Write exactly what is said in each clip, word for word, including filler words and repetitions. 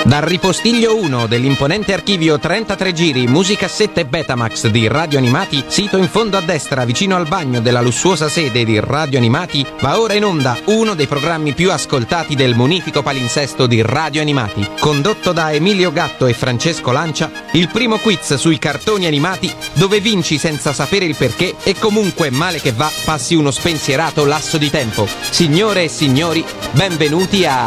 Dal ripostiglio uno dell'imponente archivio trentatré giri, musicassette Betamax di Radio Animati, sito in fondo a destra vicino al bagno della lussuosa sede di Radio Animati, va ora in onda uno dei programmi più ascoltati del munifico palinsesto di Radio Animati. Condotto da Emilio Gatto e Francesco Lancia, il primo quiz sui cartoni animati dove vinci senza sapere il perché e comunque male che va passi uno spensierato lasso di tempo. Signore e signori, benvenuti a...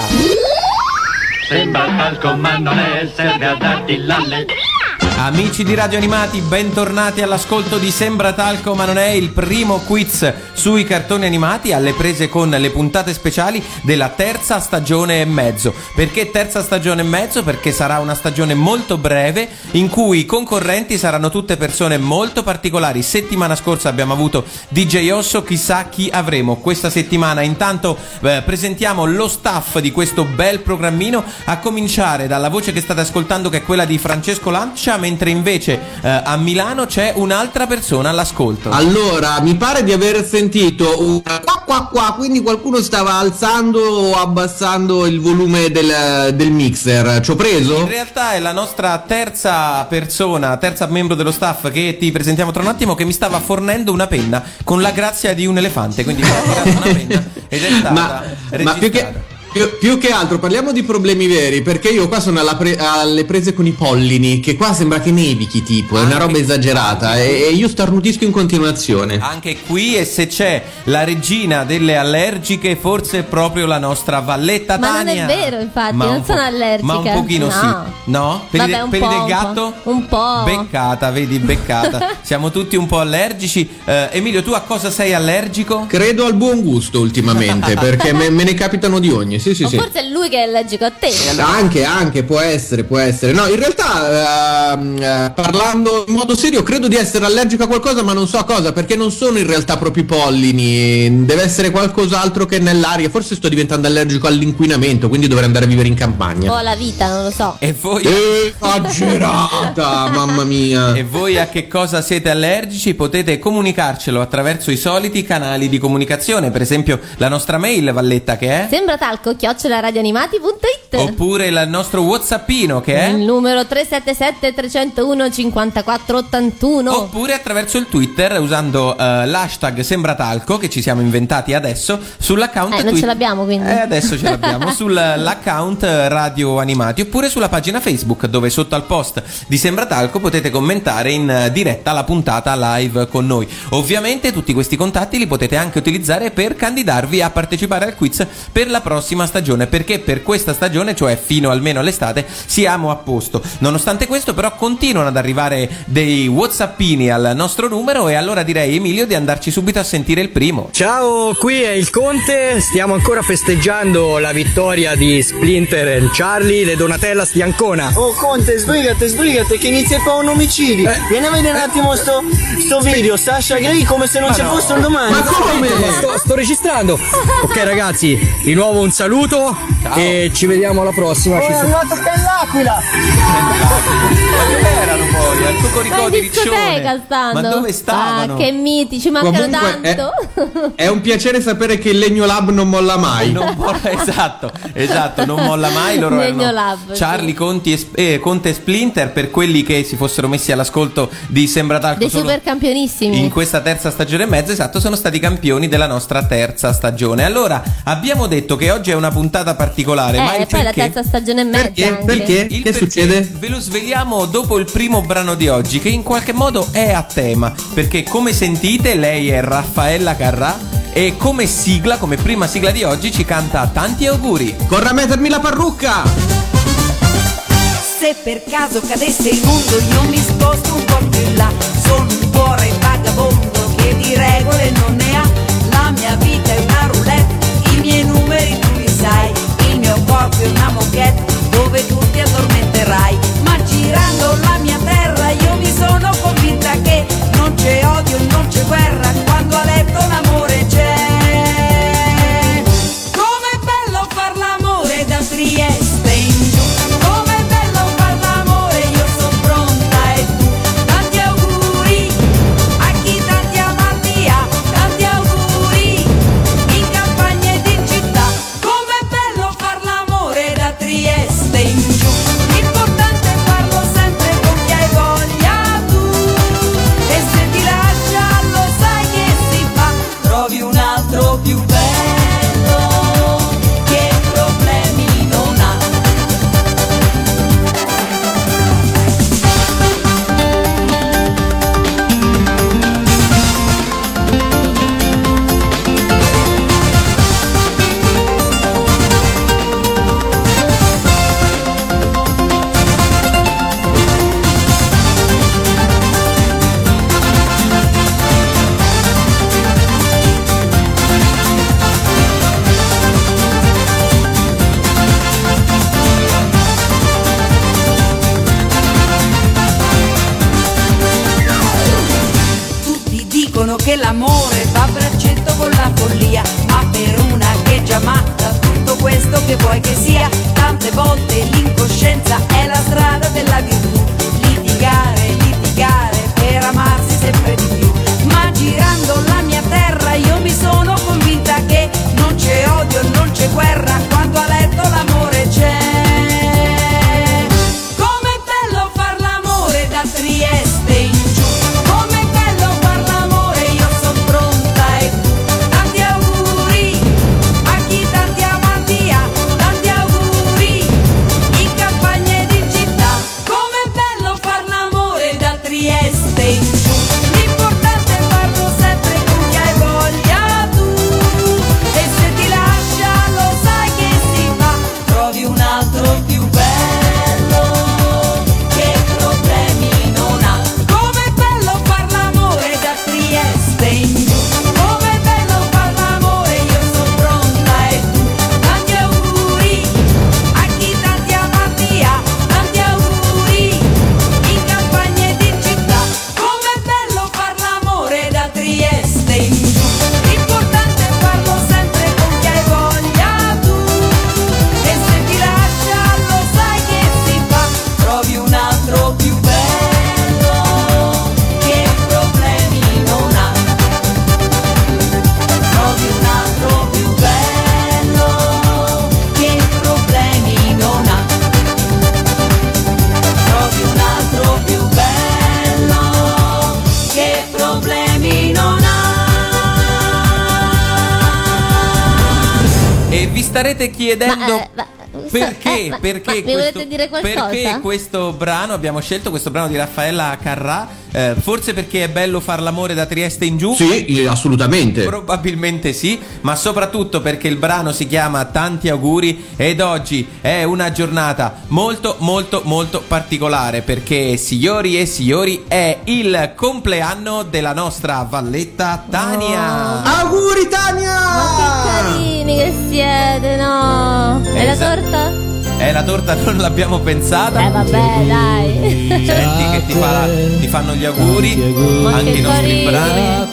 Sembra talco ma non è, serve a darti l'alle. Amici di Radio Animati, bentornati all'ascolto di Sembra Talco ma non è, il primo quiz sui cartoni animati alle prese con le puntate speciali della terza stagione e mezzo. Perché terza stagione e mezzo? Perché sarà una stagione molto breve in cui i concorrenti saranno tutte persone molto particolari. Settimana scorsa abbiamo avuto D J Osso, chissà chi avremo questa settimana. Intanto eh, presentiamo lo staff di questo bel programmino, a cominciare dalla voce che state ascoltando, che è quella di Francesco Lancia, mentre invece eh, a Milano c'è un'altra persona all'ascolto. Allora, mi pare di aver sentito un qua qua qua, quindi qualcuno stava alzando o abbassando il volume del, del mixer. Ci ho preso? In realtà è la nostra terza persona, terza membro dello staff, che ti presentiamo tra un attimo, che mi stava fornendo una penna con la grazia di un elefante, quindi mi ha tirato una penna ed è stata ma, registrata. Ma più che... Più, più che altro parliamo di problemi veri, perché io qua sono alla pre- alle prese con i pollini, che qua sembra che nevichi, tipo, è una roba esagerata, e, e io starnutisco in continuazione. Anche qui, e se c'è la regina delle allergiche, forse è proprio la nostra Valletta ma Tania. Ma non è vero, infatti, ma non sono allergica. Ma un pochino no. sì. No? Per Vabbè, il, un per po', il del un gatto? Po'. Un po'. Beccata, vedi, beccata. Siamo tutti un po' allergici. eh, Emilio, tu a cosa sei allergico? Credo al buon gusto ultimamente, perché me, me ne capitano di ogni. Sì, sì, o sì. Forse è lui che è allergico a te. Anche, anche, può essere, può essere. No, in realtà, uh, uh, parlando in modo serio, credo di essere allergico a qualcosa, ma non so a cosa, perché non sono in realtà proprio i pollini. Deve essere qualcos'altro che nell'aria. Forse sto diventando allergico all'inquinamento, quindi dovrei andare a vivere in campagna. O alla vita, non lo so. E voi? Esagerata, mamma mia. E voi a che cosa siete allergici? Potete comunicarcelo attraverso i soliti canali di comunicazione, per esempio la nostra mail, Valletta, che è Sembra talco chiocciola radioanimati punto it, oppure il nostro whatsappino, che è il numero tre sette sette tre zero uno cinque quattro otto uno, oppure attraverso il Twitter usando uh, l'hashtag Sembratalco, che ci siamo inventati adesso sull'account eh, non Twi- ce l'abbiamo quindi eh, adesso ce l'abbiamo sull'account Radio Animati, oppure sulla pagina Facebook, dove sotto al post di Sembratalco potete commentare in diretta la puntata live con noi. Ovviamente tutti questi contatti li potete anche utilizzare per candidarvi a partecipare al quiz per la prossima stagione, perché per questa stagione, cioè fino almeno all'estate, siamo a posto. Nonostante questo però continuano ad arrivare dei whatsappini al nostro numero, e allora direi, Emilio, di andarci subito a sentire il primo. Ciao, qui è il Conte, stiamo ancora festeggiando la vittoria di Splinter e Charlie, le Donatellas di Ancona. Oh Conte, sbrigate, sbrigate che inizia qua un omicidio. Eh. Vieni a vedere un attimo sto, sto video, Sasha Grey come se non ma ci no. fosse un domani. Ma come? Ma sto, sto registrando. Ok ragazzi, di nuovo un saluto. Ciao. E ci vediamo alla prossima. Oh, è arrivato L'Aquila. Ma dove erano poi? Al Cocorico di Riccione. Stanno. Ma dove stavano? Ah, che miti, ci mancano Comunque, tanto. È, è un piacere sapere che il Legno Lab non molla mai. Non molla, esatto, esatto, non molla mai. Loro Legno erano Lab, Charlie, sì. Conti e, eh, Conte e Splinter, per quelli che si fossero messi all'ascolto di Sembratalco dei super campionissimi in questa terza stagione e mezzo. Esatto, sono stati campioni della nostra terza stagione. Allora, abbiamo detto che oggi è una puntata particolare, eh, ma il e poi perché? la terza stagione e mezza. Perché? Anche. Perché? Il che perché succede? Ve lo sveliamo dopo il primo brano di oggi, che in qualche modo è a tema, perché come sentite lei è Raffaella Carrà e come sigla, come prima sigla di oggi, ci canta Tanti auguri. Corra a mettermi la parrucca! Se per caso cadesse il mondo io mi sposto un po' più in là. Sono un cuore vagabondo che di regole non ne ha. La mia vita è una roulette, i miei numeri tu li sai. Il mio corpo è una moquette dove tu ti addormenterai. Ma girando la mia terra io mi sono convinta che non c'è odio, non c'è guerra quando a letto l'amore c'è. Com'è bello far l'amore da Trieste in giù. Com'è bello far l'amore, io sono pronta e tu. Tanti auguri a chi tanti amanti ha. Tanti auguri in campagna ed in città. Com'è bello far l'amore da Trieste. coscienza è la strada della virtù. Litigare, litigare per amarsi sempre di più. Ma girando la mia terra io mi sono convinta che non c'è odio, non c'è guerra, quando a letto l'amore c'è. Com'è bello far l'amore da Trieste in giù. Com'è bello far l'amore, io son pronta e tu. Tanti auguri a chi tanti amanti ha, tanti auguri in campagna ed in città. Com'è bello far l'amore da Trieste in giù. L'importante è farlo sempre con chi hai voglia tu. E se ti lascia lo sai che si fa, trovi un altro più bello che problemi non ha. Com'è bello far l'amore da Trieste in giù. Com'è bello far l'amore, io sono pronta e tu. Tanti auguri a chi tanti amanti ha, tanti auguri in campagna ed in città. Com'è bello far l'amore da Trieste in giù. L'importante è farlo sempre con chi hai voglia tu. E se ti lascia lo sai che si fa, trovi un altro più bello che problemi non ha. Trovi un altro più bello che problemi non ha. Trovi un altro più bello che problemi non ha. E vi starete chiedendo Ma, eh, ma- perché, eh, ma- perché, ma mi questo, volete dire qualcosa? perché questo brano, abbiamo scelto questo brano di Raffaella Carrà, eh, forse perché è bello far l'amore da Trieste in giù? Sì, assolutamente. Probabilmente sì, ma soprattutto perché il brano si chiama Tanti auguri ed oggi è una giornata molto molto molto particolare perché, signori e signori, è il compleanno della nostra Valletta Tania. Auguri Tania! Ma che carini che siete, no? E la Esatto. torta? Eh, la torta non l'abbiamo pensata. Eh vabbè, dai. Senti che ti, fa, ti fanno gli auguri, Ma anche che i nostri carini. brani.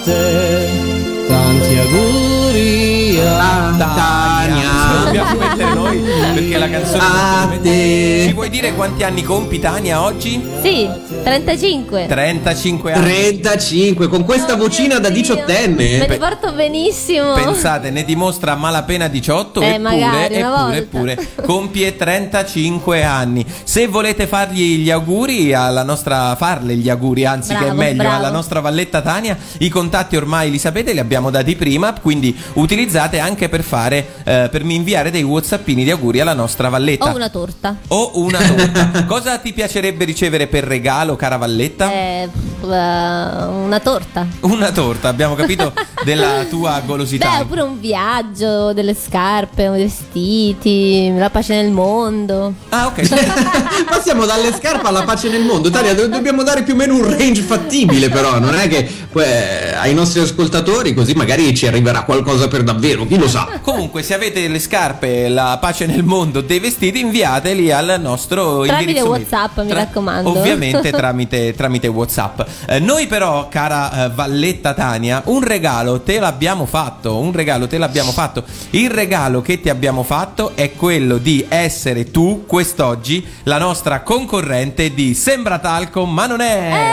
Tanti auguri a Tania. Lo dobbiamo mettere noi perché la canzone A non te. Ci vuoi dire quanti anni compi, Tania, oggi? Sì, trentacinque. trentacinque anni. trentacinque con questa Oh vocina mio da Dio. diciottenne. Me Pe- ne porto benissimo. Pensate, ne dimostra a malapena diciotto, Eh, eppure, magari, una eppure, volta. eppure compie trentacinque anni. Se volete fargli gli auguri alla nostra, farle gli auguri, anzi che è Bravo, meglio, bravo. alla nostra Valletta Tania, i contatti ormai li sapete, li abbiamo dati prima, quindi utilizzate anche per fare, eh, per inviare dei whatsappini di auguri alla nostra Valletta. O una torta. O una torta. Cosa ti piacerebbe ricevere per regalo, cara Valletta? Eh, uh, una torta. Una torta, abbiamo capito della tua golosità. Beh, oppure un viaggio, delle scarpe, dei vestiti, la pace nel mondo. Ah, ok. Passiamo dalle scarpe alla pace nel mondo. Tania, do- dobbiamo dare più o meno un range fattibile, però non è che eh, ai nostri ascoltatori così magari ci arriverà qualcosa per davvero, chi lo sa. Comunque, se avete le scarpe, la pace nel mondo, dei vestiti, inviateli al nostro Tramite indirizzo mail. WhatsApp, mi raccomando. Ovviamente tramite, tramite WhatsApp. Eh, noi però, cara eh, Valletta Tania, un regalo te l'abbiamo fatto. Un regalo te l'abbiamo fatto. Il regalo che ti abbiamo fatto è quello di essere tu quest'oggi la nostra concorrente di Sembra Talco, ma non è.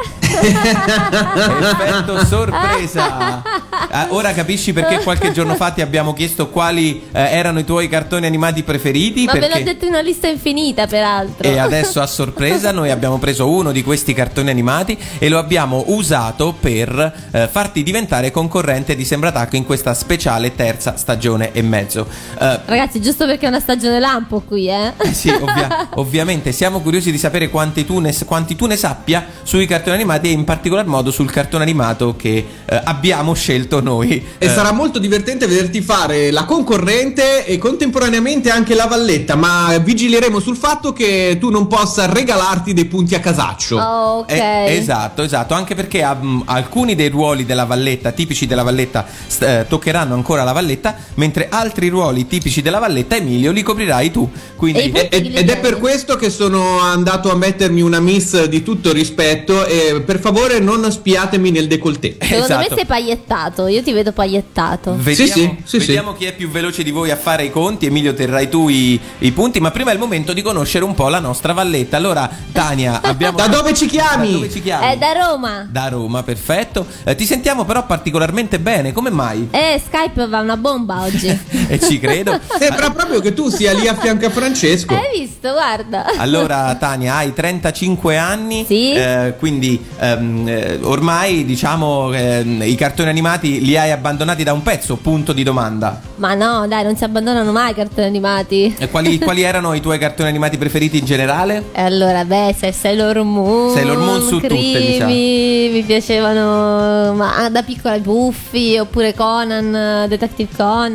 Effetto sorpresa. Ah, ora capisci perché qualche giorno fa ti abbiamo chiesto quali eh, erano i tuoi cartoni animati preferiti. Ma ve perché... l'ho detto in una lista infinita, peraltro. E adesso a sorpresa noi abbiamo preso uno di questi cartoni animati e lo abbiamo usato per eh, farti diventare concorrente di Sembra Talco in questa speciale terza stagione e mezzo. Eh, Ragazzi, giusto perché è una stagione lampo qui, eh? sì, ovvia- ovviamente siamo curiosi di sapere quanti tu, ne, quanti tu ne sappia sui cartoni animati e in particolar modo sul cartone animato che eh, abbiamo scelto noi. E Eh, sarà molto divertente vederti fare la concorrente e contemporaneamente anche la Valletta, ma vigileremo sul fatto che tu non possa regalarti dei punti a casaccio. Oh, ok. Eh, esatto, esatto, anche perché um, alcuni dei ruoli della Valletta, tipici della Valletta, st- eh, toccheranno ancora la Valletta, mentre altri ruoli tipici della Valletta, Emilio, li coprirai tu. Quindi E i punti E- chi li ed è prendi? per questo che sono andato a mettermi una miss di tutto rispetto e per favore non spiatemi nel décolleté. Secondo esatto. me sei pagliettato. paglietto, io ti vedo pagliettato. Vediamo, Sì, sì, sì, vediamo chi è più veloce di voi a fare i conti. Emilio, terrai tu i, i punti, ma prima è il momento di conoscere un po' la nostra Valletta. Allora, Tania, abbiamo... Da dove ci chiami? Da dove ci chiami? È da Roma. Da Roma, perfetto. Eh, ti sentiamo però particolarmente bene, come mai? Eh, Skype va una bomba oggi. E ci credo. Sembra proprio che tu sia lì a fianco a Francesco. Hai visto? Guarda. Allora, Tania, hai trentacinque anni, Sì. eh, quindi ehm, eh, ormai diciamo ehm, i cartoni animati li hai abbandonati da un pezzo, punto di domanda. Ma no, dai, non si abbandonano mai i cartoni animati. E quali, quali erano i tuoi cartoni animati preferiti in generale? E allora, beh, se Sailor Moon, Sailor Moon su tutte, mi sa. Creamy, mi piacevano, ma da piccola i Buffy, oppure Conan, Detective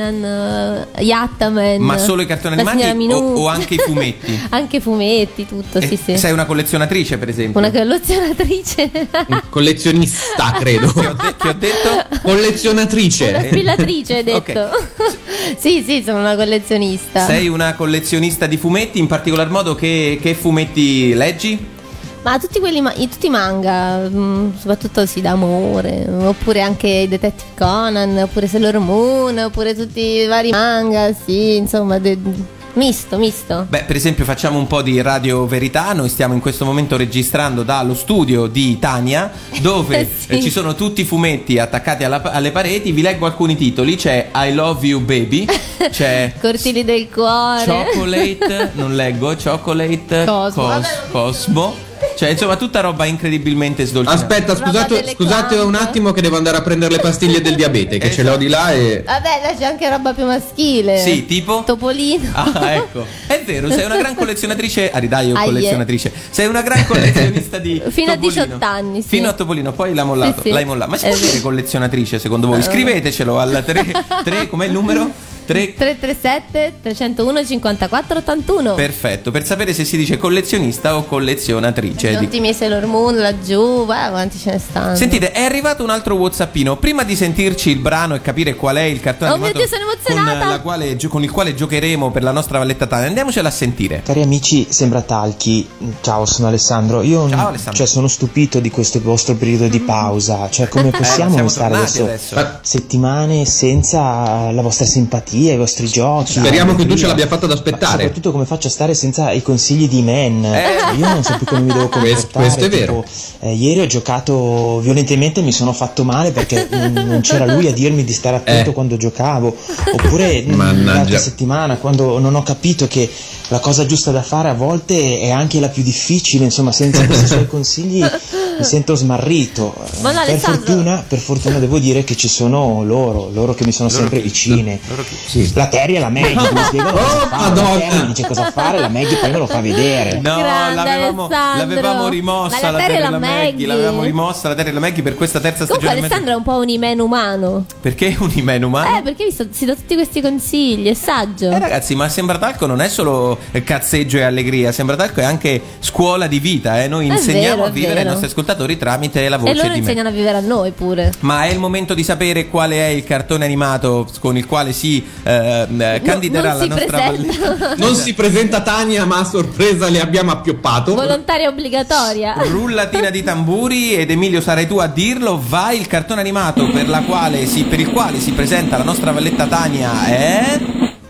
Conan, uh, Yattaman. Ma solo i cartoni La animati signora Minù. o, o anche i fumetti? Anche fumetti, tutto, sì, E sì. sei una collezionatrice, per esempio? Una collezionatrice. Collezionista, credo. Che ho, de- che ho detto? Una Collezionatrice. spillatrice, hai detto. Ok. Sì, sì, sono una collezionista. Sei una collezionista di fumetti, in particolar modo che, che fumetti leggi? Ma tutti quelli, ma- i- tutti i manga, mm, soprattutto sì, d'amore, oppure anche i Detective Conan, oppure Sailor Moon, oppure tutti i vari manga, sì, insomma, de- misto, misto. Beh, per esempio facciamo un po' di Radio Verità. Noi stiamo in questo momento registrando dallo studio di Tania, dove Sì. eh, ci sono tutti i fumetti attaccati alla- alle pareti. Vi leggo alcuni titoli. C'è I Love You Baby, c'è Cortili del cuore. Chocolate, non leggo, Chocolate Cosmo. Cos- Vabbè, Cosmo. Cioè, insomma, tutta roba incredibilmente sdolcinata. Aspetta, Roba scusate, delle scusate un quante. attimo che devo andare a prendere le pastiglie del diabete, che ce l'ho di là e... Vabbè, là c'è anche roba più maschile. Sì, tipo? Topolino. Ah, ecco. È vero, sei una gran collezionatrice. Ah, ridai, io Aie. collezionatrice. Sei una gran collezionista di Fino a Topolino. diciotto anni, sì. Fino a Topolino, poi l'ha mollato. Sì, sì. L'hai mollato. Ma si È può vero. dire collezionatrice secondo voi? Scrivetecelo al tre, com'è il numero? tre. tre tre sette tre zero uno cinquantaquattro ottantuno. Perfetto, per sapere se si dice collezionista o collezionatrice. Tutti di- i miei Sailor Moon laggiù, guarda quanti ce ne stanno. Sentite, è arrivato un altro whatsappino. Prima di sentirci il brano e capire qual è il cartone Oh mio animato Dio, sono con, emozionata. la quale, gio- con il quale giocheremo per la nostra Valletta Tania, andiamocela a sentire. Cari amici Sembra Talchi, ciao, sono Alessandro. Io Ciao, Alessandro. Cioè, sono stupito di questo vostro periodo di pausa. Cioè, come possiamo siamo stare tornati adesso, adesso. settimane senza la vostra simpatia, i vostri giochi? Speriamo la che tu ce alegria? l'abbia fatta ad Ma aspettare. soprattutto come faccio a stare senza i consigli di Man? Eh. Io non so più come mi devo Questo- comportare. questo è tipo, vero. eh, ieri ho giocato violentemente, mi sono fatto male perché non, non c'era lui a dirmi di stare attento Eh. quando giocavo. Oppure mh, Mannaggia. l'altra settimana quando non ho capito che la cosa giusta da fare a volte è anche la più difficile, insomma, senza questi suoi consigli mi sento smarrito. Ma no, per Alessandro. fortuna, per fortuna devo dire che ci sono loro, loro che mi sono sempre vicine. Loro chi? La Terry e la Maggie che mi spiegano cosa Oh, fare, Madonna. la Terry mi dice cosa fare, la Maggie poi me lo fa vedere. No, Grande l'avevamo, Alessandro. l'avevamo rimossa Ma la la Terry Terry e e la la Maggie. Maggie. L'avevamo rimossa la Terry e la Maggie per questa terza Comunque stagione. Alessandro è un po' un imen umano. Perché un imen umano? Eh, perché hai visto, si dà tutti questi consigli, è saggio. Eh, ragazzi, ma Sembra Talco non è solo eh, cazzeggio e allegria, Sembra Talco è anche scuola di vita, eh? Noi È insegniamo vero, a è vivere ai vero. nostri ascoltatori tramite la voce E loro di me. insegnano a vivere a noi pure. Ma è il momento di sapere quale è il cartone animato con il quale si eh, eh, candiderà non la si nostra presenta. Valletta. Non si presenta Tania, ma a sorpresa le abbiamo appioppato. Volontaria obbligatoria. Rullatina di tamburi ed Emilio sarai tu a dirlo. Vai, il cartone animato per, la quale si, per il quale si presenta la nostra Valletta Tania è...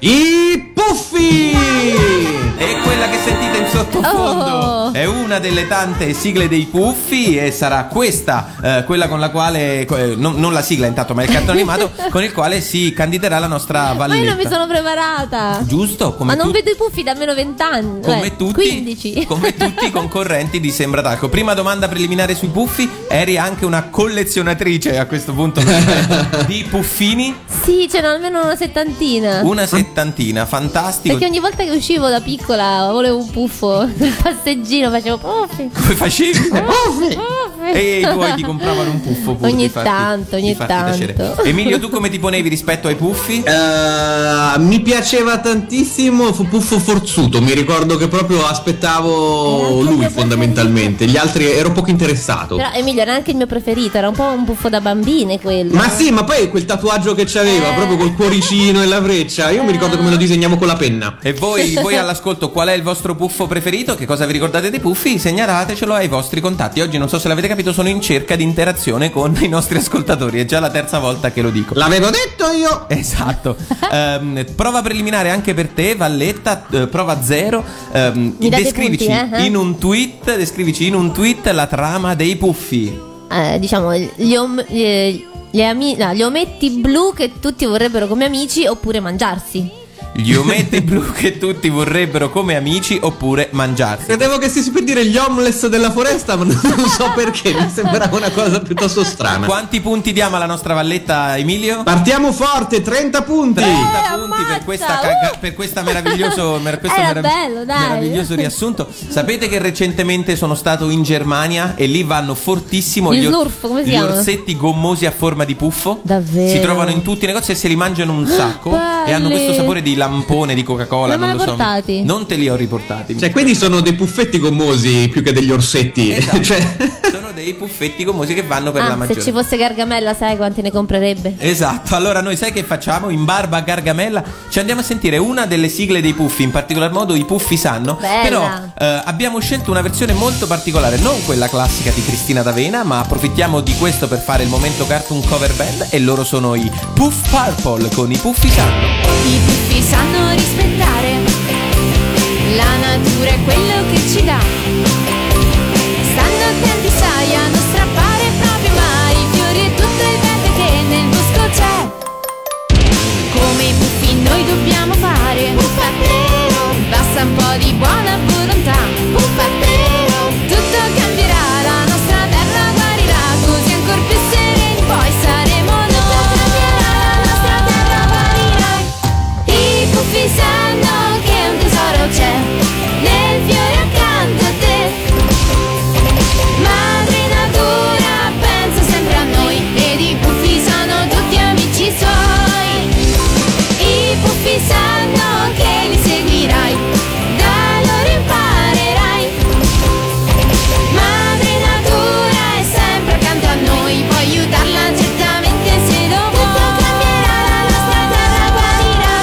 I Puffi! E quella che sentite in sottofondo Oh. è una delle tante sigle dei Puffi e sarà questa eh, quella con la quale eh, non, non la sigla intanto ma il cartone animato con il quale si candiderà la nostra Ma Valletta. io non mi sono preparata. Giusto? Come Ma non tu- vedo i puffi da almeno vent'anni. come eh, tutti, quindici. come tutti i concorrenti di Sembra Talco. Prima domanda preliminare sui puffi. Eri anche una collezionatrice a questo punto di puffini? Sì, ce n'è almeno una settantina. Una settantina, fantastico. Perché ogni volta che uscivo da piccola volevo un puffo. Il passeggino facevo puffi. Come facevi? Puffi. E i tuoi ti compravano un puffo pure, Ogni di farti- tanto, ogni di farti tanto. piacere. Emilio, tu come ti ponevi rispetto ai puffi? Eh, mi piaceva tantissimo fu Puffo Forzuto. Mi ricordo che proprio aspettavo lui fondamentalmente. Gli altri ero poco interessato. Però Emilio era anche il mio preferito. Era un po' un puffo da bambine quello. Ma sì, ma poi quel tatuaggio che c'aveva, Eh. proprio col cuoricino e la freccia. Io mi ricordo come lo disegnavo con la penna. E voi, voi all'ascolto, qual è il vostro puffo preferito? Che cosa vi ricordate dei puffi? Segnalatecelo ai vostri contatti. Oggi non so se l'avete capito, capito sono in cerca di interazione con i nostri ascoltatori. È già la terza volta che lo dico. L'avevo detto io. Esatto. um, prova preliminare anche per te, Valletta. uh, Prova zero. um, Mi date Descrivici punti, eh? in un tweet Descrivici in un tweet la trama dei Puffi. Eh, diciamo gli, om- gli, gli, ami- no, gli ometti blu che tutti vorrebbero come amici oppure mangiarsi. Gli ometti blu che tutti vorrebbero come amici oppure mangiarsi. Credevo che stessi per dire gli homeless della foresta, ma non so perché, mi sembrava una cosa piuttosto strana. Quanti punti diamo alla nostra Valletta, Emilio? Partiamo forte, trenta punti. trenta Eh, punti per, ammazza, questa uh! caga- per questa meraviglioso, mer- questo Era merav- bello, dai. meraviglioso riassunto. Sapete che recentemente sono stato in Germania e lì vanno fortissimo Gli or- Slurf, come si gli chiamano? orsetti gommosi a forma di puffo. Davvero? Si trovano in tutti i negozi e se li mangiano un sacco e hanno questo sapore di lampone di Coca-Cola. Non me Non li lo so. portati? Non te li ho riportati. Cioè, quindi sono dei puffetti gommosi più che degli orsetti. Esatto. Cioè... Sono dei puffetti gommosi che vanno per la Ah, maggiore. se ci fosse Gargamella, sai quanti ne comprerebbe? Esatto, allora noi sai che facciamo? In barba a Gargamella ci andiamo a sentire una delle sigle dei Puffi, in particolar modo i Puffi sanno. Bella. Però eh, abbiamo scelto una versione molto particolare, non quella classica di Cristina D'Avena, ma approfittiamo di questo per fare il momento cartoon cover band e loro sono i Puff Purple con i Puffi sanno. I puffi sanno rispettare la natura è quello che ci dà. Stanno attenti, sai, a non strappare proprio mai i fiori e tutto il verde che nel bosco c'è. Come i puffi noi dobbiamo fare Puffattero, basta un po' di buona volontà Puffattero, tutto cambierà, la nostra terra guarirà, così ancor più sereni poi saremo noi. Tutto cambierà, la nostra terra guarirà. I puffi sanno che un tesoro c'è nel fiore accanto a te. Madre natura pensa sempre a noi ed i puffi sono tutti amici suoi. I puffi sanno che li seguirai, da loro imparerai. Madre natura è sempre accanto a noi, puoi aiutarla certamente se lo vuoi. Tutto cambierà, la nostra terra guarirai.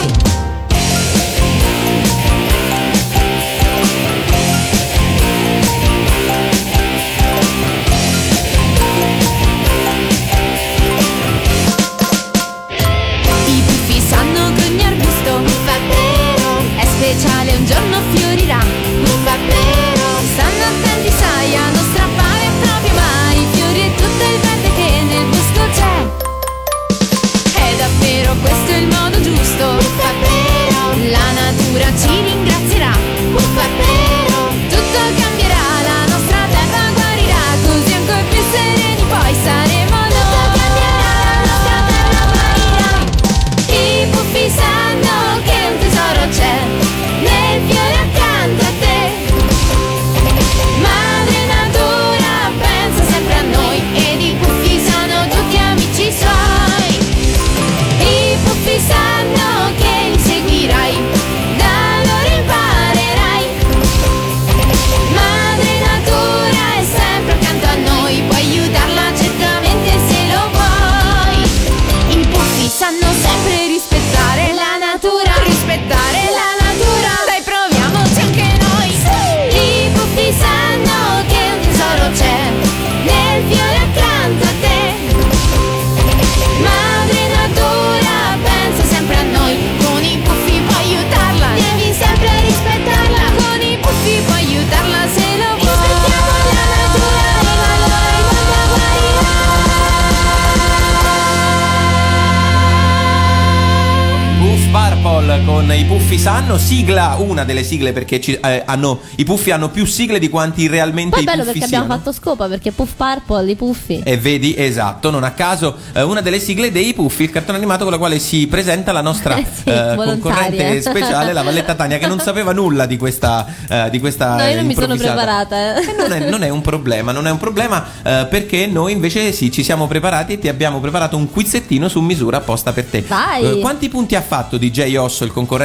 I puffi sanno che ogni arbusto Puffattero è speciale, un giorno fiorirà Puffattero, stanno attenti, sai, a non strappare proprio mai i fiori e tutto il verde che nel bosco c'è. È davvero questo il modo giusto Puffattero, la natura ci ringrazierà Puffattero, tutto cambierà, la nostra terra guarirà, così ancora più sereni poi saremo noi. Tutto cambierà, la nostra terra guarirà. I puffi sanno che un tesoro c'è nel fiore accanto a te. Madre natura pensa sempre a noi ed i puffi sono tutti amici suoi. I puffi sanno che li seguirai, da loro imparerai. Madre natura è sempre accanto a noi, puoi aiutarla certamente se lo vuoi. I puffi sanno sempre rispettare la natura, rispettare la natura. Dai, proviamoci anche noi. I puffi sanno che un tesoro c'è nel fiore accanto a te. Madre natura pensa sempre a noi, con i puffi puoi aiutarla, devi sempre rispettarla. Con i puffi puoi aiutarla se lo vuoi. Rispettiamo la natura e allora il mondo guarirà. Puff Purple con i Puffi sanno, sigla, una delle sigle perché ci, eh, hanno, i Puffi hanno più sigle di quanti realmente Poi è i bello Puffi perché abbiamo siano. fatto scopa, perché Puff Purple, i puffi. E vedi, esatto, non a caso eh, una delle sigle dei Puffi, il cartone animato con la quale si presenta la nostra Eh sì, eh, volontaria. concorrente speciale, la Valletta Tania, che non sapeva nulla di questa eh, di questa No, io non mi sono improvvisata. preparata. eh. E non è, non è un problema, non è un problema eh, perché noi invece sì, ci siamo preparati e ti abbiamo preparato un quizzettino su misura apposta per te. Vai. Eh, quanti punti ha fatto D J Osso, il concorrente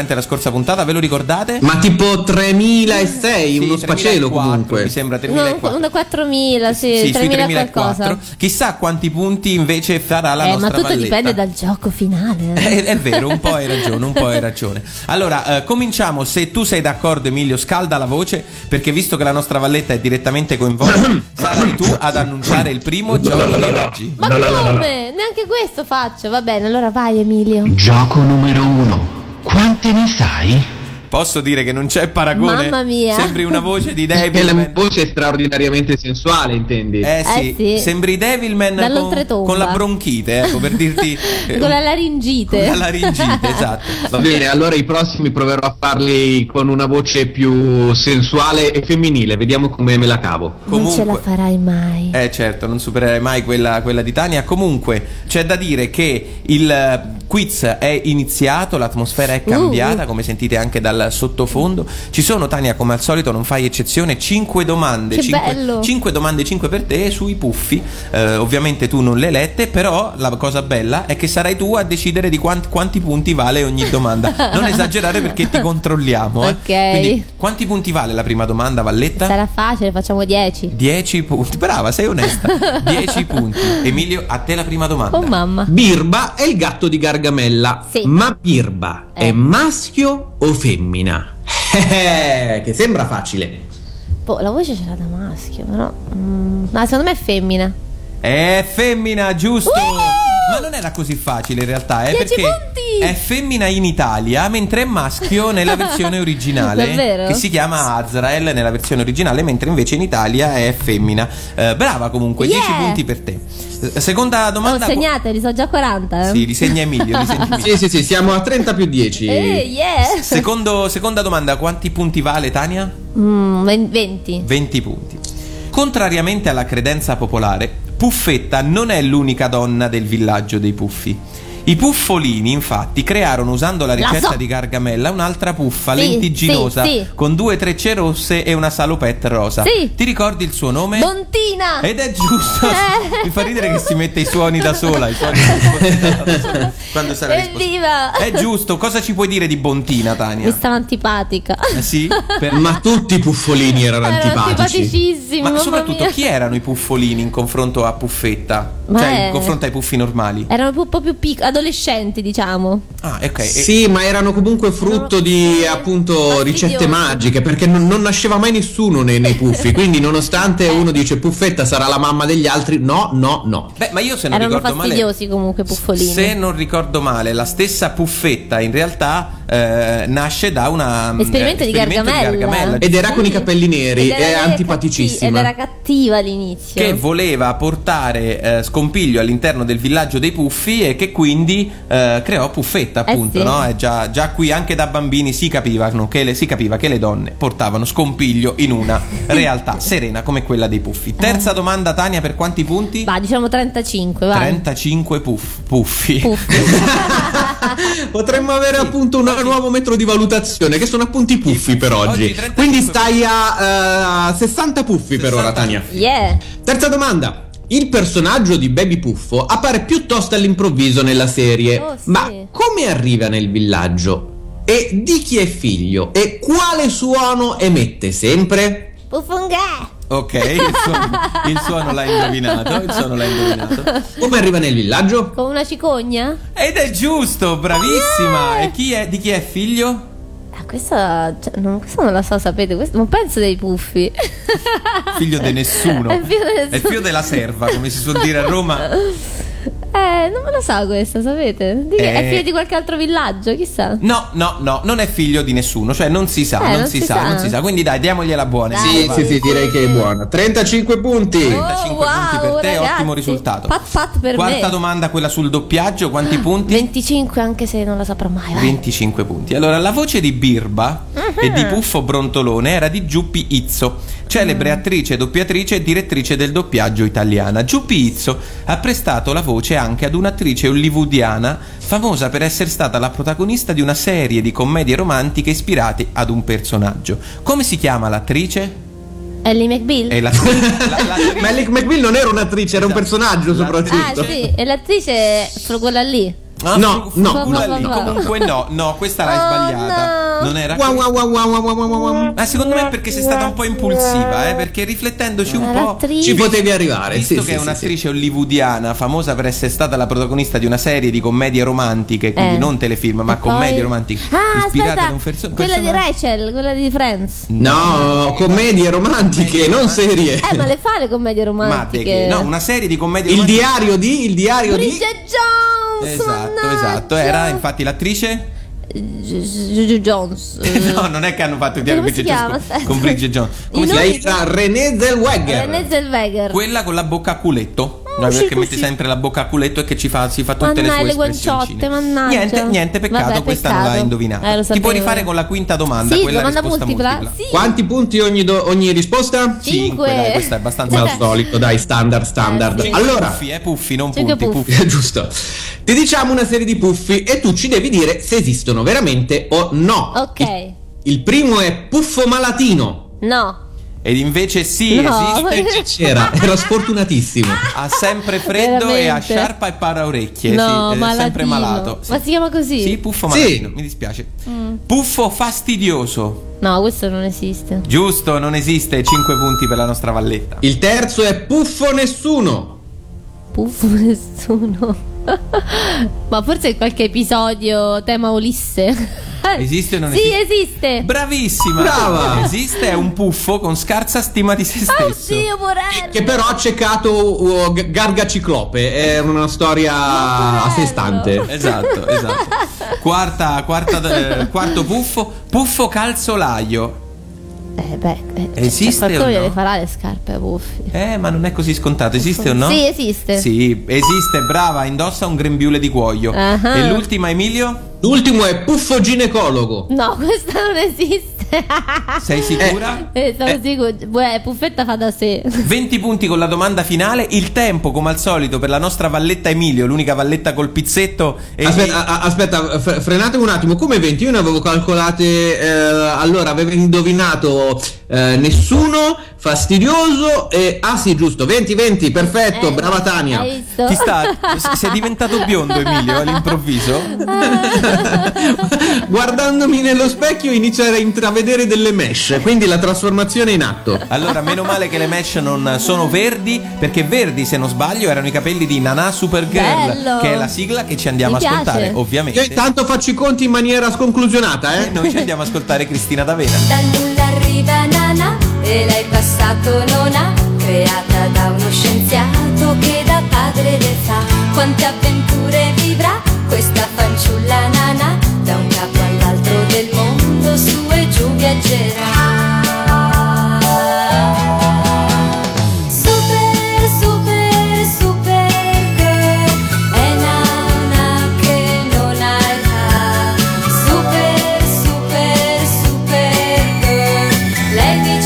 concorrente la scorsa puntata, ve lo ricordate? Ma tipo tremilasei, Sì, uno spacelo tremilaquattro, comunque. mi sembra No, tremilaquattro. una quattromila, sì, Sì, sui tremila tremilaquattro. qualcosa. Chissà quanti punti invece farà la Eh, nostra ma tutto valletta. dipende dal gioco finale. eh. È, è vero, un po' hai ragione, un po' hai ragione. Allora, eh, cominciamo. Se tu sei d'accordo, Emilio, scalda la voce, perché visto che la nostra valletta è direttamente coinvolta, sarai tu ad annunciare il primo gioco di oggi. Ma come? Neanche questo faccio. Va bene, allora vai, Emilio. Gioco numero uno. Quante ne sai? Posso dire che non c'è paragone? Mamma mia. Sembri una voce di È la Devilman. voce straordinariamente sensuale, intendi? Eh sì, Eh sì. sembri Devilman con, Dall'oltretomba. con la bronchite, ecco, per dirti eh, Con la laringite. con la laringite, esatto. Va bene, allora i prossimi proverò a farli con una voce più sensuale e femminile, vediamo come me la cavo. Non ce la farai mai. Eh certo, non supererai mai quella, quella di Tania. Comunque c'è da dire che il eh, quiz è iniziato, l'atmosfera è cambiata, Uh. come sentite anche dal sottofondo. Ci sono, Tania, come al solito non fai eccezione, cinque domande. Che cinque, bello. cinque domande, cinque per te sui puffi. Eh, ovviamente tu non le hai lette, però la cosa bella è che sarai tu a decidere di quanti, quanti punti vale ogni domanda. Non esagerare perché ti controlliamo. eh. Ok. Quindi quanti punti vale la prima domanda, Valletta? Sarà facile, facciamo dieci. dieci punti, brava, sei onesta. dieci punti. Emilio, a te la prima domanda. Oh mamma. Birba è il gatto di Gargamella. Sì. Ma Birba Eh. è maschio o femmina? Eh, che sembra facile. Boh, la voce ce l'ha da maschio, però. mm, no, secondo me è femmina. È femmina, giusto? Uh! Ma non era così facile in realtà, eh, Dieci perché punti! è femmina in Italia, mentre è maschio nella versione originale, Davvero? che si chiama Azrael nella versione originale, mentre invece in Italia è femmina. Eh, brava comunque, Yeah! dieci punti per te. Eh, Seconda Oh, domanda. segnate, li so già quaranta. Eh. Sì, li segna Emilio, li segna Emilio. Sì, sì, sì, siamo a trenta più dieci. Eh, yeah. Secondo, seconda domanda, quanti punti vale, Tania? Mm, ven- venti. venti punti. Contrariamente alla credenza popolare, Puffetta non è l'unica donna del villaggio dei Puffi. I puffolini, infatti, crearono usando la ricetta so. di Gargamella un'altra puffa Sì, lentigginosa sì, sì. con due trecce rosse e una salopette rosa. Sì. Ti ricordi il suo nome? Bontina. Ed è giusto. Eh. Mi fa ridere che si mette i suoni da sola, i suoni da sola quando sarà risposta. Evviva. È giusto. Cosa ci puoi dire di Bontina, Tania? Mi stava antipatica. Eh, sì? Per- Ma tutti i puffolini erano Erano antipatici. antipaticissimi. Ma mamma soprattutto mia. chi erano i puffolini in confronto a Puffetta? Ma cioè è- in confronto ai puffi normali? Erano un po' più piccoli, adolescenti, diciamo. Ah, ok. E- Sì, ma erano comunque frutto di appunto Fastidiosi. ricette magiche, perché non, non nasceva mai nessuno nei, nei puffi. Quindi, nonostante uno dice Puffetta sarà la mamma degli altri, no, no, no. Beh, ma io se non Erano ricordo male. fastidiosi comunque, puffolini. Se non ricordo male, la stessa Puffetta in realtà eh, nasce da una Esperimento eh, di esperimento Gargamella. Ed era con i capelli neri, Ed era è lei antipaticissima. Ed era cattiva all'inizio. che voleva portare eh, scompiglio all'interno del villaggio dei Puffi e che quindi eh, creò Puffetta, appunto, Eh sì. no? E già, già qui anche da bambini si capivano che le, si capiva che le donne portavano scompiglio in una realtà serena come quella dei Puffi. Terza domanda, Tania, per quanti punti? Va, diciamo trentacinque, vai. trentacinque puff, puffi. Puffi. Potremmo avere appunto un nuovo metro di valutazione, che sono appunto i puffi per oggi. Oggi trentacinque Quindi stai a eh, sessanta puffi per ora, Tania. Yeah. Terza domanda. Il personaggio di Baby Puffo appare piuttosto all'improvviso nella serie, Oh, sì. ma come arriva nel villaggio? E di chi è figlio? E quale suono emette sempre? Puffongà. Ok, il suono, il suono l'ha indovinato, il suono l'ha indovinato. Come arriva nel villaggio? Con una cicogna? Ed è giusto, bravissima. E chi è, di chi è figlio? Ah, questa, cioè, non, questa non la so, sapete, questo, non penso dei puffi. Figlio di nessuno. È figlio di È nessuno. figlio della serva, come si suol dire a Roma. Eh, non me lo so questa, sapete? Di che- Eh. È figlio di qualche altro villaggio, chissà. No, no, no, non è figlio di nessuno, cioè non si sa, Eh, non, non si, si sa, sa. non si sa. Quindi dai, diamogliela buona. Dai. Sì, Va. sì, sì, direi che è buona. trentacinque punti. trentacinque Oh, punti per wow, te, ragazzi. ottimo risultato. Pat pat per Quarta me. domanda, quella sul doppiaggio, quanti punti? venticinque, anche se non la saprò mai. Vai. venticinque punti. Allora, la voce di Birba e di Puffo Brontolone era di Giuppi Izzo, celebre attrice, doppiatrice e direttrice del doppiaggio italiana. Giuppi Izzo ha prestato la voce anche ad un'attrice hollywoodiana famosa per essere stata la protagonista di una serie di commedie romantiche ispirate ad un personaggio. Come si chiama l'attrice? Ellie McBeal. E l'attrice, la, l'attrice- Malik McBeal non era un'attrice, era un Esatto. personaggio Ah soprattutto. sì, e l'attrice è solo quella lì. Ah, No, fu- no, fu- quella no. lì. Comunque no, no, questa l'hai Oh, sbagliata. no. Non era Wow, questa. wow, wow, wow, wow, wow, wow, wow. Ma secondo me è perché sei stata un po' impulsiva, eh? Perché riflettendoci un Era po'. attrice. Ci potevi arrivare. Visto sì, che sì, è sì, un'attrice hollywoodiana famosa per essere stata la protagonista di una serie di commedie romantiche, quindi Eh. non telefilm, ma E commedie poi- romantiche Ah, ispirate aspetta, da un perso- quella di personaggio. Rachel, quella di Friends. sì. No, commedie romantiche, non serie. Eh, ma le fa le commedie Ma de romantiche? che? No, una serie di commedie Il romantiche. diario di, il diario di. Bridget Jones! Esatto, mannaggia. esatto. Era infatti l'attrice. Juju Jones. No, non è che hanno fatto il diario Come Bridget si chiama? Jones con- Aspetta. con Bridget Jones. Come I si nomi- chiama? Lei era Renée Zellweger. Renée Zellweger. Quella con la bocca a culetto. Oh, No, sì, perché così. mette sempre la bocca a culetto e che ci fa, si fa tutte Mannaggia, le le sue espressioncine. guanciotte, mannaggia. Niente, niente, peccato, Vabbè, questa peccato. non l'hai indovinata. Eh, lo Ti puoi sapevo. rifare con la quinta domanda, Sì, quella domanda risposta multipla. multipla. Sì. Quanti punti ogni, do- ogni risposta? Cinque. Dai, questa è abbastanza Come al solito, dai, standard, standard. Cinque Allora, puffi, eh, puffi, non Cinque punti, puffi. puffi. giusto. Ti diciamo una serie di puffi e tu ci devi dire se esistono veramente o no. Ok. Il, il primo è Puffo Malatino. No. Ed invece sì, No. esiste. C'era, era sfortunatissimo. Ha sempre freddo e ha Veramente? sciarpa e paraorecchie. No, sì, è sempre malatino. malato. Sì. Ma si chiama così? Sì, puffo Sì. malatino, mi dispiace. Mm. Puffo fastidioso. No, questo non esiste. Giusto, non esiste, cinque punti per la nostra Valletta. Il terzo è Puffo Nessuno. Puffo nessuno. Ma forse è qualche episodio tema Ulisse. Esiste o non Sì, esiste? esiste. Bravissima! Brava! Esiste, è un puffo con scarsa stima di se stesso. Oddio, porello. Che però ha ceccato uh, G- Garga Ciclope. È una storia a sé stante. Esatto, esatto. Quarta, quarta, eh, quarto puffo, puffo calzolaio. Eh beh, eh, Esiste cioè, qualcuno o no? gliele farà le scarpe a Puffi. Eh, ma non è così scontato, esiste o no? Sì, esiste. Sì, esiste, brava, indossa un grembiule di cuoio. Ah. E l'ultima, Emilio? L'ultimo è Puffo Ginecologo. No, questa non esiste. Sei sicura? Eh, sono sicuro. Beh, Puffetta fa da sé. venti punti con la domanda finale. Il tempo, come al solito, per la nostra Valletta Emilio, l'unica Valletta col pizzetto. E Aspetta, a- aspetta, f- frenate un attimo. Come venti? Io ne avevo calcolate. Eh, allora, avevo indovinato eh, nessuno, fastidioso e. Ah, sì, giusto. venti venti, perfetto. Eh, brava Tania. Hai visto? Ti sta, sei diventato biondo, Emilio, all'improvviso? Guardandomi nello specchio inizia a intravedere delle mesh, quindi la trasformazione è in atto. Allora, meno male che le mesh non sono verdi, perché verdi, se non sbaglio, erano i capelli di Nana Supergirl, Bello. che è la sigla che ci andiamo Mi a ascoltare, piace. ovviamente. Io intanto faccio i conti in maniera sconclusionata, E eh. noi ci andiamo a ascoltare Cristina D'Avena. Dal nulla arriva Nana e lei passato non ha, creata da uno scienziato che da padre le fa. Quante avventure vivrà questa fanciulla Nana, da un capo all'altro del mondo su e giù viaggerà. Super, super, super girl, è Nana che non ha età. Super, super, super girl, lei vi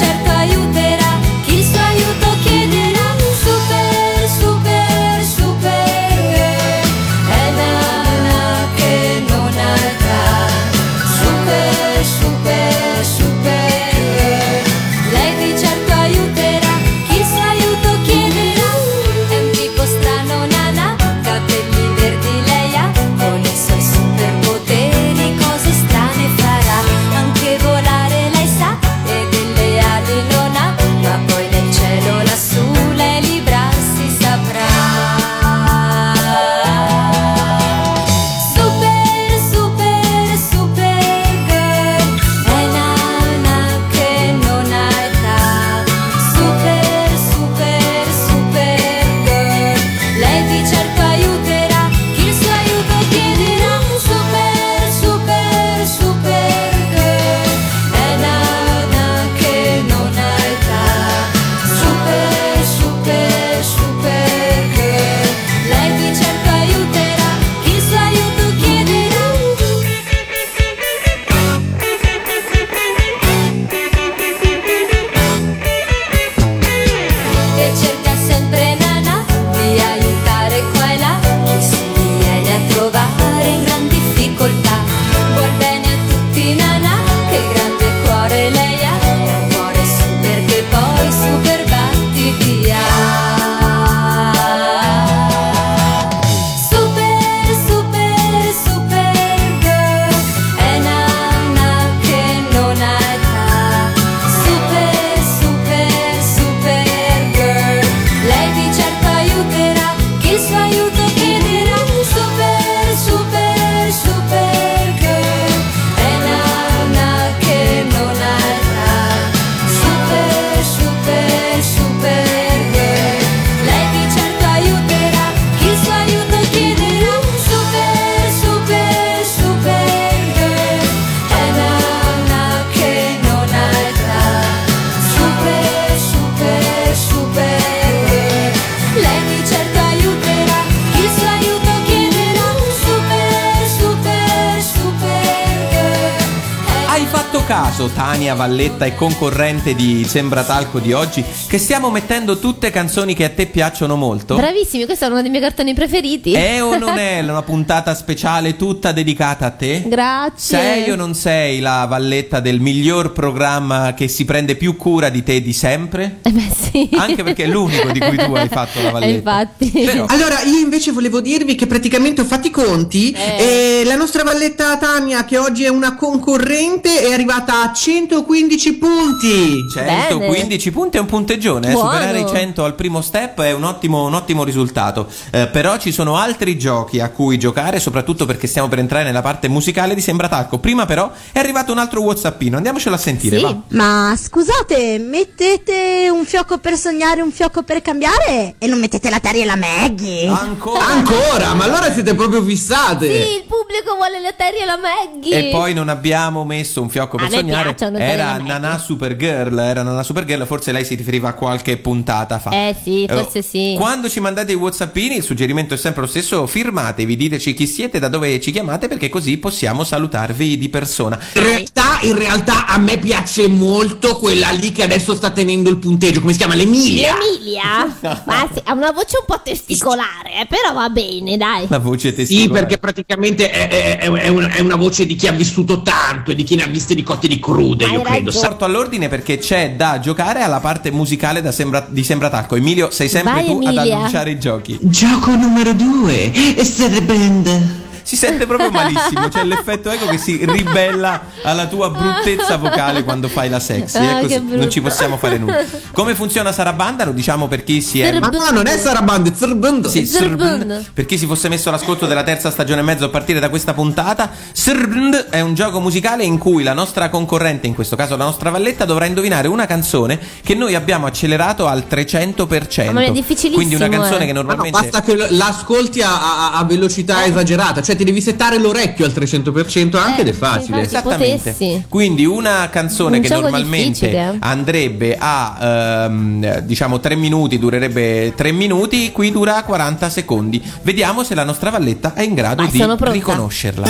caso, Tania Valletta e concorrente di Sembra Talco di oggi, che stiamo mettendo tutte canzoni che a te piacciono molto? Bravissimi, questo è uno dei miei cartoni preferiti. È o non è una puntata speciale tutta dedicata a te? Grazie. Sei o non sei la Valletta del miglior programma che si prende più cura di te di sempre? Eh beh sì. Anche perché è l'unico di cui tu hai fatto la Valletta. Eh, infatti. Però... Allora, io invece volevo dirvi che praticamente ho fatto i conti Eh. e la nostra Valletta Tania, che oggi è una concorrente, è arrivata a centoquindici punti. centoquindici punti è un punteggione, eh? Buono. Superare i cento al primo step è un ottimo, un ottimo risultato. Eh, però ci sono altri giochi a cui giocare, soprattutto perché stiamo per entrare nella parte musicale di Sembra Talco. Prima però è arrivato un altro WhatsAppino, andiamocelo a sentire. Sì. Va. Ma scusate, mettete un fiocco per sognare, un fiocco per cambiare e non mettete la Terry e la Maggie? Ancora? Ancora? Ma allora siete proprio fissate. Sì, il pubblico vuole la Terry e la Maggie. E poi non abbiamo messo un fiocco per A me sognare. piacciono, Era Terry e Nanà Supergirl. Era Nanà Supergirl. Forse lei si riferiva a qualche puntata fa. Eh sì, forse Eh, sì. Quando ci mandate i WhatsAppini, il suggerimento è sempre lo stesso: firmatevi, diteci chi siete, da dove ci chiamate, perché così possiamo salutarvi di persona. In realtà, in realtà a me piace molto quella lì che adesso sta tenendo il punteggio. Come si chiama? L'Emilia. Emilia? Ma sì, ha una voce un po' testicolare, eh, però va bene, dai. La voce Sì, testicolare. perché praticamente è, è- è- è una, è una voce di chi ha vissuto tanto e di chi ne ha viste di cotte e di crude, Hai io credo. ragione. Porto all'ordine perché c'è da giocare alla parte musicale da Sembra, di Sembra Talco. Emilio, sei sempre Vai, tu ad Emilia. annunciare i giochi. Gioco numero due. Essere band. Si sente proprio malissimo, c'è l'effetto eco che si ribella alla tua bruttezza vocale quando fai la sexy. Ah, è così, che brutto. non ci possiamo fare nulla. Come funziona Sarabanda? Lo diciamo per chi si è. Ma no, non è Saraband, è Zerband. Sì, Zerbund. Zerbund. Per chi si fosse messo all'ascolto della terza stagione e mezzo a partire da questa puntata, Zerbund è un gioco musicale in cui la nostra concorrente, in questo caso la nostra Valletta, dovrà indovinare una canzone che noi abbiamo accelerato al trecento per cento. Ma è difficilissimo, Quindi una canzone eh. che Ma no, normalmente basta che l- l'ascolti a, a- a velocità esagerata, cioè ti devi settare l'orecchio al trecento per cento anche ed è facile. infatti. Esattamente. potessi. Quindi una canzone Un che gioco normalmente difficile. andrebbe a ehm, diciamo tre minuti, durerebbe tre minuti, qui dura quaranta secondi. Vediamo se la nostra Valletta è in grado Vai, di sono pronta. riconoscerla.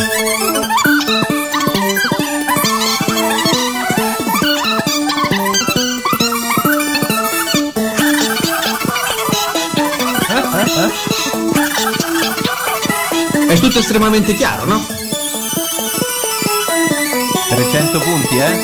È tutto estremamente chiaro, no? trecento punti, eh?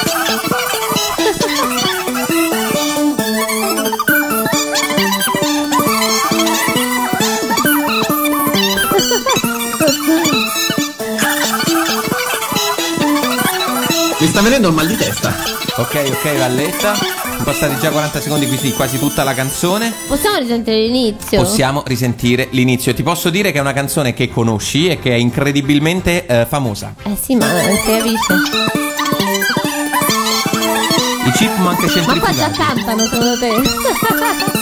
Mi sta venendo il mal di testa. Ok, ok, Valletta. Sono passati già quaranta secondi, quindi quasi tutta la canzone. Possiamo risentire l'inizio? Possiamo risentire l'inizio. Ti posso dire che è una canzone che conosci e che è incredibilmente eh, famosa. Eh sì, ma non si capisce. I Chipmunk Ma qua già centrifugati. cantano, secondo te?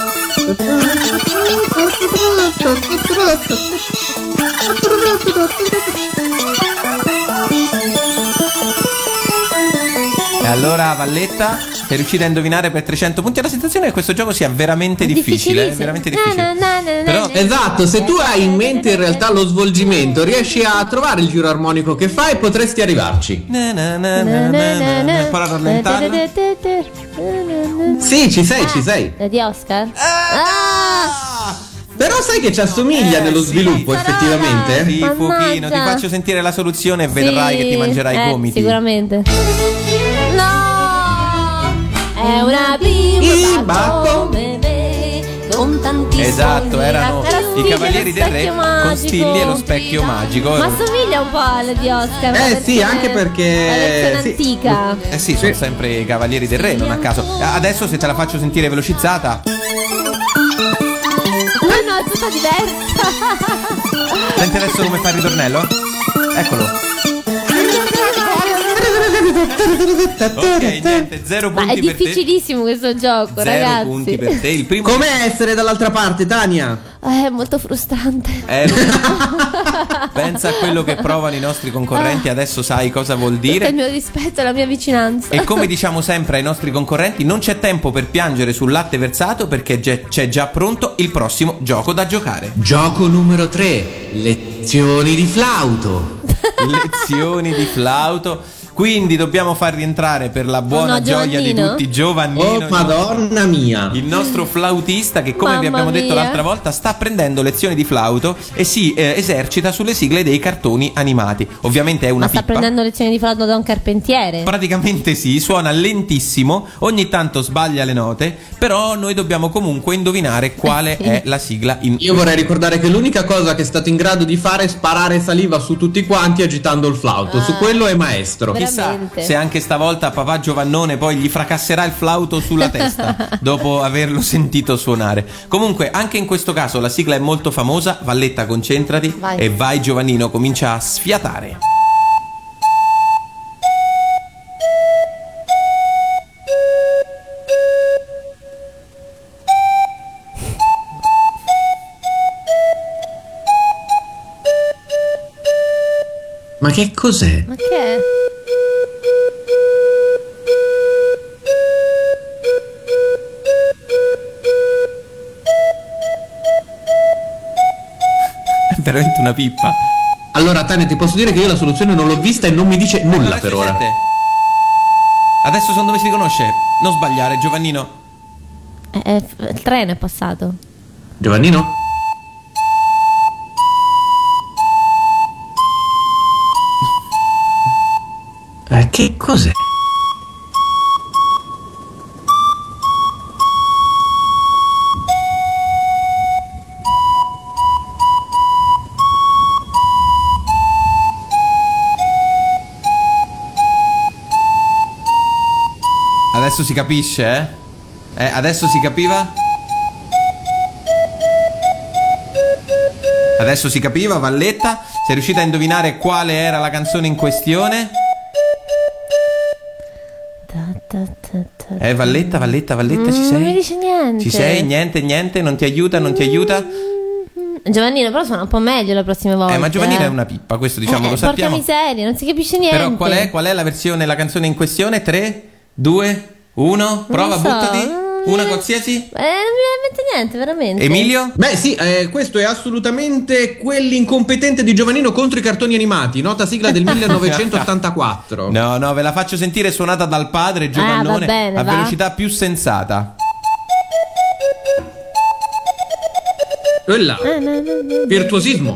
E allora Valletta, sei riuscita a indovinare per trecento punti? Ho la sensazione che questo gioco sia veramente difficile, eh, veramente difficile. Però Esatto, se tu hai in mente in realtà lo svolgimento, riesci a trovare il giro armonico che fai e potresti arrivarci. Na na na na na na. Puoi rallentarla? Sì, ci sei, ci sei. È di Oscar? Ah! Però sai che ci assomiglia Eh, nello sì. sviluppo, effettivamente? Sì, Mannaggia. pochino, ti faccio sentire la soluzione e vedrai Sì, che ti mangerai eh, i gomiti. Sicuramente. No! È una bimba come me, con tanti Esatto, sogni. erano Era i Stilli Cavalieri e lo del Re Specchio con Magico. Stilli e lo Specchio Magico. Ma somiglia un po' alla di Oscar. la Eh, sì, versione- anche perché- La versione sì. antica. Eh sì, sono sempre i Cavalieri del Re, non a caso. Adesso se te la faccio sentire velocizzata, No, no, è tutta diversa. senti adesso come fa il ritornello? Eccolo. Ok, niente, zero Ma è punti per te. difficilissimo questo gioco, Zero ragazzi. punti per te. Il primo Com'è essere dall'altra parte, Tania? Eh, È molto frustrante. Eh, lo so. Pensa a quello che provano i nostri concorrenti, adesso sai cosa vuol Tutto il dire. mio rispetto e la mia vicinanza. E come diciamo sempre ai nostri concorrenti, non c'è tempo per piangere sul latte versato perché c'è c'è già pronto il prossimo gioco da giocare. Gioco numero tre, lezioni di flauto. Lezioni di flauto. quindi dobbiamo far rientrare per la buona No, gioia di Giovannino? tutti Giovannino. Oh, madonna mia. Il nostro flautista che, come vi Mamma abbiamo detto mia. l'altra volta, sta prendendo lezioni di flauto e si eh, esercita sulle sigle dei cartoni animati. Ovviamente è una Ma sta pippa. prendendo lezioni di flauto da un carpentiere? Praticamente sì, suona lentissimo, ogni tanto sbaglia le note, però noi dobbiamo comunque indovinare quale Eh sì. è la sigla in Io vorrei ricordare che l'unica cosa che è stato in grado di fare è sparare saliva su tutti quanti agitando il flauto. Ah. Su quello è maestro. Chissà Veramente. se anche stavolta papà Giovannone poi gli fracasserà il flauto sulla testa dopo averlo sentito suonare. Comunque anche in questo caso la sigla è molto famosa. Valletta, concentrati. Vai. E vai Giovannino, comincia a sfiatare. Ma che cos'è? Ma che è? È veramente una pippa. Allora, Tania, ti posso dire che io la soluzione non l'ho vista e non mi dice nulla per ora. Adesso sono dove si riconosce. Non sbagliare, Giovannino. Eh, eh, il treno è passato. Giovannino? Eh, che cos'è? Adesso si capisce, eh? Eh, adesso si capiva? Adesso si capiva, Valletta? Sei riuscita a indovinare quale era la canzone in questione? Eh, Valletta, Valletta, Valletta, ci Mm, sei? Non mi dice niente. Ci sei? Niente, niente? Non ti aiuta, non ti aiuta? Giovannino, però suona un po' meglio le prossime volte. Eh, ma Giovannino eh. è una pippa, questo diciamo Eh, lo sappiamo. Porca miseria, non si capisce niente. Però qual è, qual è la versione, la canzone in questione? tre, due, uno, prova, Non so, buttati. non Una mi- qualsiasi? Eh, non mi viene in mente niente, veramente. Emilio? Beh sì, eh, questo è assolutamente quell'incompetente di Giovannino contro i cartoni animati, nota sigla del millenovecentottantaquattro. No, no, ve la faccio sentire suonata dal padre Giovannone Ah, va bene, a va. velocità più sensata. Quella. Eh, no, no, no. Virtuosismo.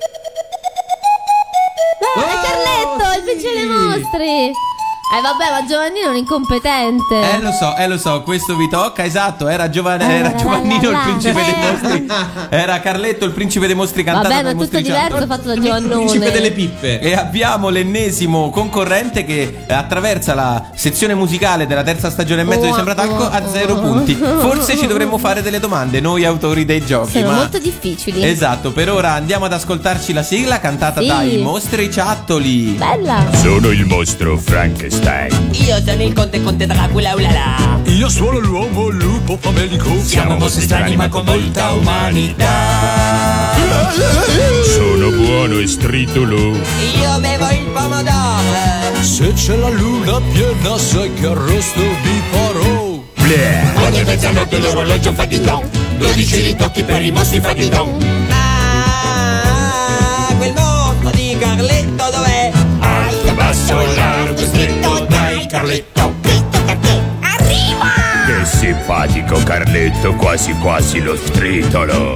No, è Carletto, il principe dei mostri. Eh vabbè, ma Giovannino è un incompetente. Eh lo so, eh lo so, questo vi tocca, esatto, era, Giovan- era Giovannino il principe dei mostri. Era Carletto il principe dei mostri cantato Vabbè, ma dai è tutto mostri gialli. diverso fatto da Giovannone. Principe delle pippe. E abbiamo l'ennesimo concorrente che attraversa la sezione musicale della terza stagione e mezzo di Sembratalco a zero punti. Forse ci dovremmo fare delle domande, noi autori dei giochi. Sono ma... molto difficili. Esatto, per ora andiamo ad ascoltarci la sigla cantata Sì. dai mostriciattoli. Bella. Sono il mostro Frankenstein. Io sono il conte conte Dracula, ulala. Io sono l'uomo lupo famelico. Siamo mostri strani ma con molta umanità. Sono buono e stritolo. Io bevo il pomodoro. Se c'è la luna piena sai che arrosto vi farò. Ogni mezzanotte l'orologio fa di don. Dodici ritocchi per i mostri fa di don. Ah, quel mostro di Carletto dov'è? Alto, basso, largo, stretto, dai Carletto. Che tocca a te. Arriva! Che simpatico Carletto, quasi quasi lo stritolo.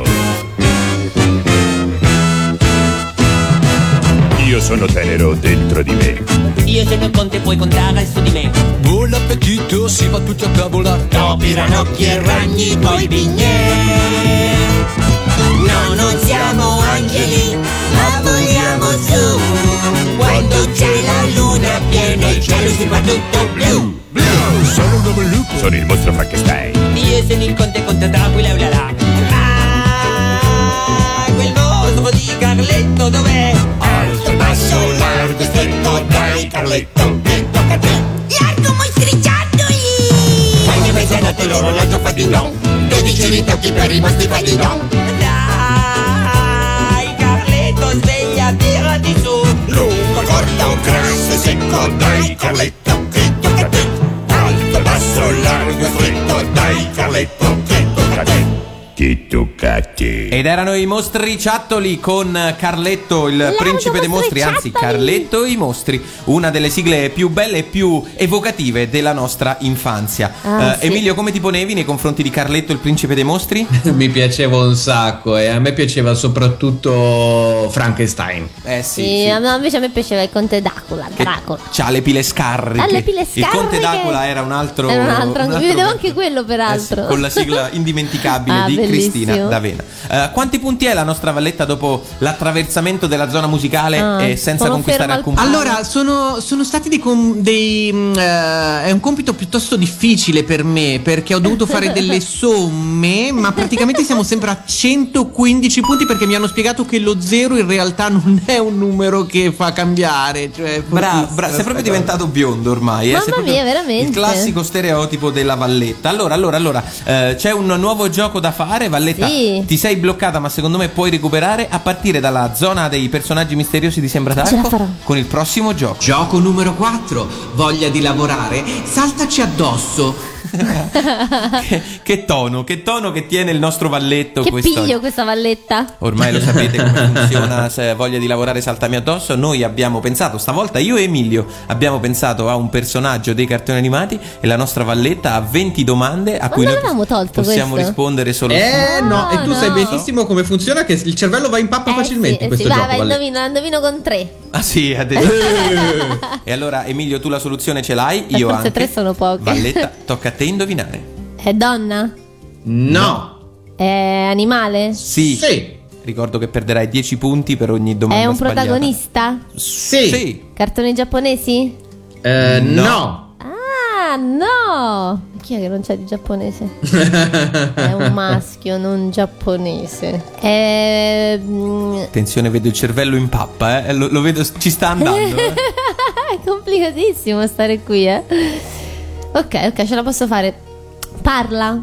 Io sono tenero dentro di me. Io sono il conte, puoi contare su di me. Buon appetito, si va tutti a tavola. Topi, ranocchi e ragni, poi bignè. No, non siamo angeli, ma voliamo su. Quando c'è la luna piena il cielo si fa tutto blu. Blu, sono un uomo lupo. Sono il mostro Frankenstein. Io sono il conte conte Dracula, ulala. Ah, quel mostro di Carletto dov'è? Alto, basso, largo, stretto, dai Carletto. Che tocca a te. Largo mostriciattoli! Ogni mezzanotte l'orologio fa di don. Dodici ritocchi per i mostri fa di don. Dai Carletto, sveglia, tirati su. Lungo, corto, grasso e secco, dai Carletto. Che tocca a te. Alto, basso, largo, stretto, dai Carletto. Che tocca a te. Toccate, toccate. Ed erano i mostriciattoli con Carletto, il Laudo principe dei mostri, anzi Carletto e i mostri, una delle sigle più belle e più evocative della nostra infanzia. Ah, Eh, sì. Emilio, come ti ponevi nei confronti di Carletto, il principe dei mostri? Mi piaceva un sacco e a me piaceva soprattutto Frankenstein. Eh sì, Sì, sì. no, invece a me piaceva il conte Dracula. Dracula. C'ha le pile scarriche. Ha le pile Il conte scarriche. d'Acola era un altro. Era un altro, un altro vi vedevo vecchio. anche quello peraltro. Eh sì, con la sigla indimenticabile Ah, di bellissimo. Cristina D'Avena. Eh, quanti punti è la nostra Valletta dopo l'attraversamento della zona musicale Ah, e senza sono conquistare ferma al alcun punto? Allora, sono, sono stati dei, com- dei mm, eh, è un compito piuttosto difficile per me perché ho dovuto fare delle somme, ma praticamente siamo sempre a centoquindici punti perché mi hanno spiegato che lo zero in realtà non è un numero che fa cambiare. Cioè, Bravo, bra- sei proprio diventato biondo ormai. eh, Mamma sei proprio mia, veramente. Il classico stereotipo della Valletta. Allora, allora, allora, eh, c'è un nuovo gioco da fare, Valletta. Sì. Ti sei bloccata, ma secondo me puoi recuperare a partire dalla zona dei personaggi misteriosi di Sembra Ce la Talco farò. con il prossimo gioco. Gioco numero quattro. Voglia di lavorare? Saltaci addosso. che, che tono, che tono che tiene il nostro Valletto. Che questo- piglio questa Valletta. Ormai lo sapete come funziona, se voglia di lavorare saltami addosso. Noi abbiamo pensato, stavolta io e Emilio abbiamo pensato a un personaggio dei cartoni animati e la nostra Valletta ha venti domande a Ma cui non noi l'avevamo tolto possiamo questo? rispondere solo Eh no, e tu no. sai benissimo come funziona che il cervello va in pappa Eh facilmente sì, in eh sì, questo vai, gioco. vai, Vale. indovino, indovino con tre. Ah sì, addirittura. E allora Emilio, tu la soluzione ce l'hai, Eh, io forse anche. tre sono poche. Valletta, tocca a te indovinare. È donna? No. È animale? Sì. Sì. Ricordo che perderai dieci punti per ogni domanda È un sbagliata. protagonista? Sì. Sì. Cartoni giapponesi? Eh, No. no. Ah, no! Chi è che non c'è di giapponese? È un maschio, non giapponese. È... mm, Attenzione, vedo il cervello in pappa, eh. Lo, lo vedo, ci sta andando. eh. È complicatissimo stare qui, eh. Ok, ok, ce la posso fare. Parla?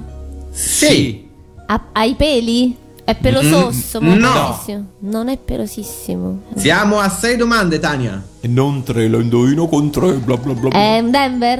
Sì. Ha, ha i peli? È pelososso? Mm, molto no. pelosissimo? Non è pelosissimo. Siamo a sei domande, Tania. E non tre, lo indovino con tre, bla bla bla. bla. È un Denver?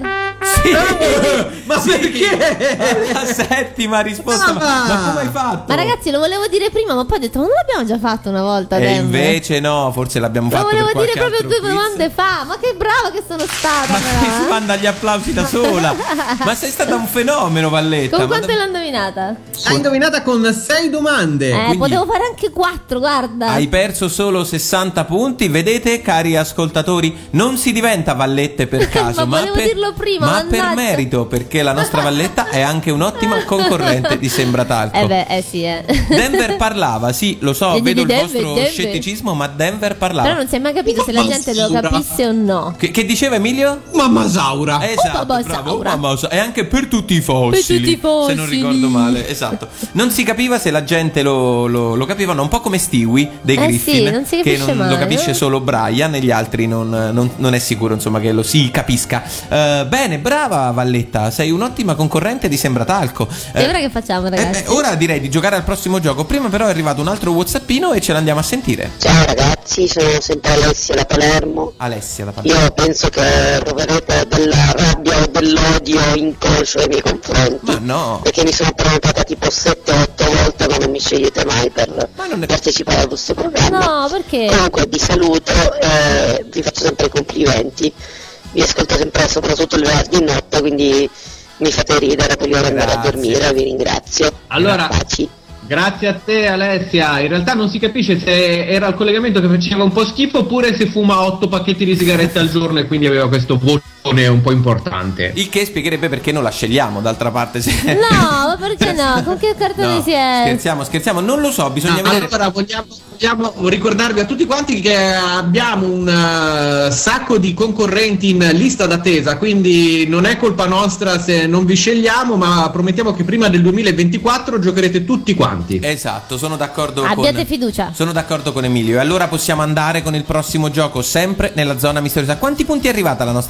Ma perché? La settima risposta. Ah. ma, ma come hai fatto? Ma ragazzi, lo volevo dire prima, ma poi ho detto, ma non l'abbiamo già fatto una volta, E Denver? invece no, forse l'abbiamo Lo fatto volevo per dire qualche proprio altro due quiz. domande fa. Ma che brava che sono stata, Ma però, che si eh. manda gli applausi da sola. Ma sei stata un fenomeno, Valletta. Con ma quante l'ho indovinata? Hai indovinata con sei domande. Eh, quindi- potevo fare anche quattro, guarda. Hai perso solo sessanta punti. Vedete, cari ascoltatori, non si diventa Vallette per caso, Ma volevo per, dirlo prima, ma per mannaggia. merito, perché la nostra Valletta è anche un'ottima concorrente di Sembra Talco. Eh beh, eh sì, eh. Denver parlava, sì, lo so, E di vedo il Denver, vostro Denver. scetticismo, ma Denver parlava. Però non si è mai capito se la gente lo capisse o no. Che, che diceva Emilio? Mamma Saura. Esatto, Oh, mamma bravo, Saura. oh, mamma Sa- e anche per tutti i fossili. Per tutti i Se non fossili. ricordo male, esatto. Non si capiva se la gente lo, lo, lo capivano, un po' come Stewie dei Eh Griffin, sì, non si che capisce non mai, lo capisce eh. solo Brian e gli altri non, non- non è sicuro, insomma, che lo si capisca. Eh, bene, brava Valletta, sei un'ottima concorrente di Sembra Talco. E ora che facciamo, eh, ragazzi? eh, ora direi di giocare al prossimo gioco. Prima però è arrivato un altro WhatsAppino e ce l'andiamo a sentire. Ciao ragazzi, sono sempre Alessia da Palermo. Alessia da Palermo. Io penso che proverete della rabbia o dell'odio inconscio nei miei confronti. Ma no. Perché mi sono prenotata tipo sette otto volte ma non mi scegliete mai per partecipare a questo programma. No, perché? Comunque vi saluto e vi faccio sempre i complimenti. Vi ascolto sempre, soprattutto il venerdì notte, quindi mi fate ridere prima di andare a dormire, vi ringrazio. Allora, Baci. grazie a te Alessia. In realtà non si capisce se era il collegamento che faceva un po' schifo oppure se fuma otto pacchetti di sigarette al giorno e quindi aveva questo vocione un po' importante. Il che spiegherebbe perché non la scegliamo, d'altra parte. Se... No, ma perché no? Con che cartone No, si è? scherziamo, scherziamo, non lo so, bisogna No, vedere. allora vogliamo, vogliamo ricordarvi a tutti quanti che abbiamo un uh, sacco di concorrenti in lista d'attesa, quindi non è colpa nostra se non vi scegliamo, ma promettiamo che prima del duemilaventiquattro giocherete tutti quanti. Esatto, sono d'accordo Abbiate con fiducia. Sono d'accordo con Emilio. E allora possiamo andare con il prossimo gioco, sempre nella zona misteriosa. Quanti punti è arrivata la nostra Valletta? Eh,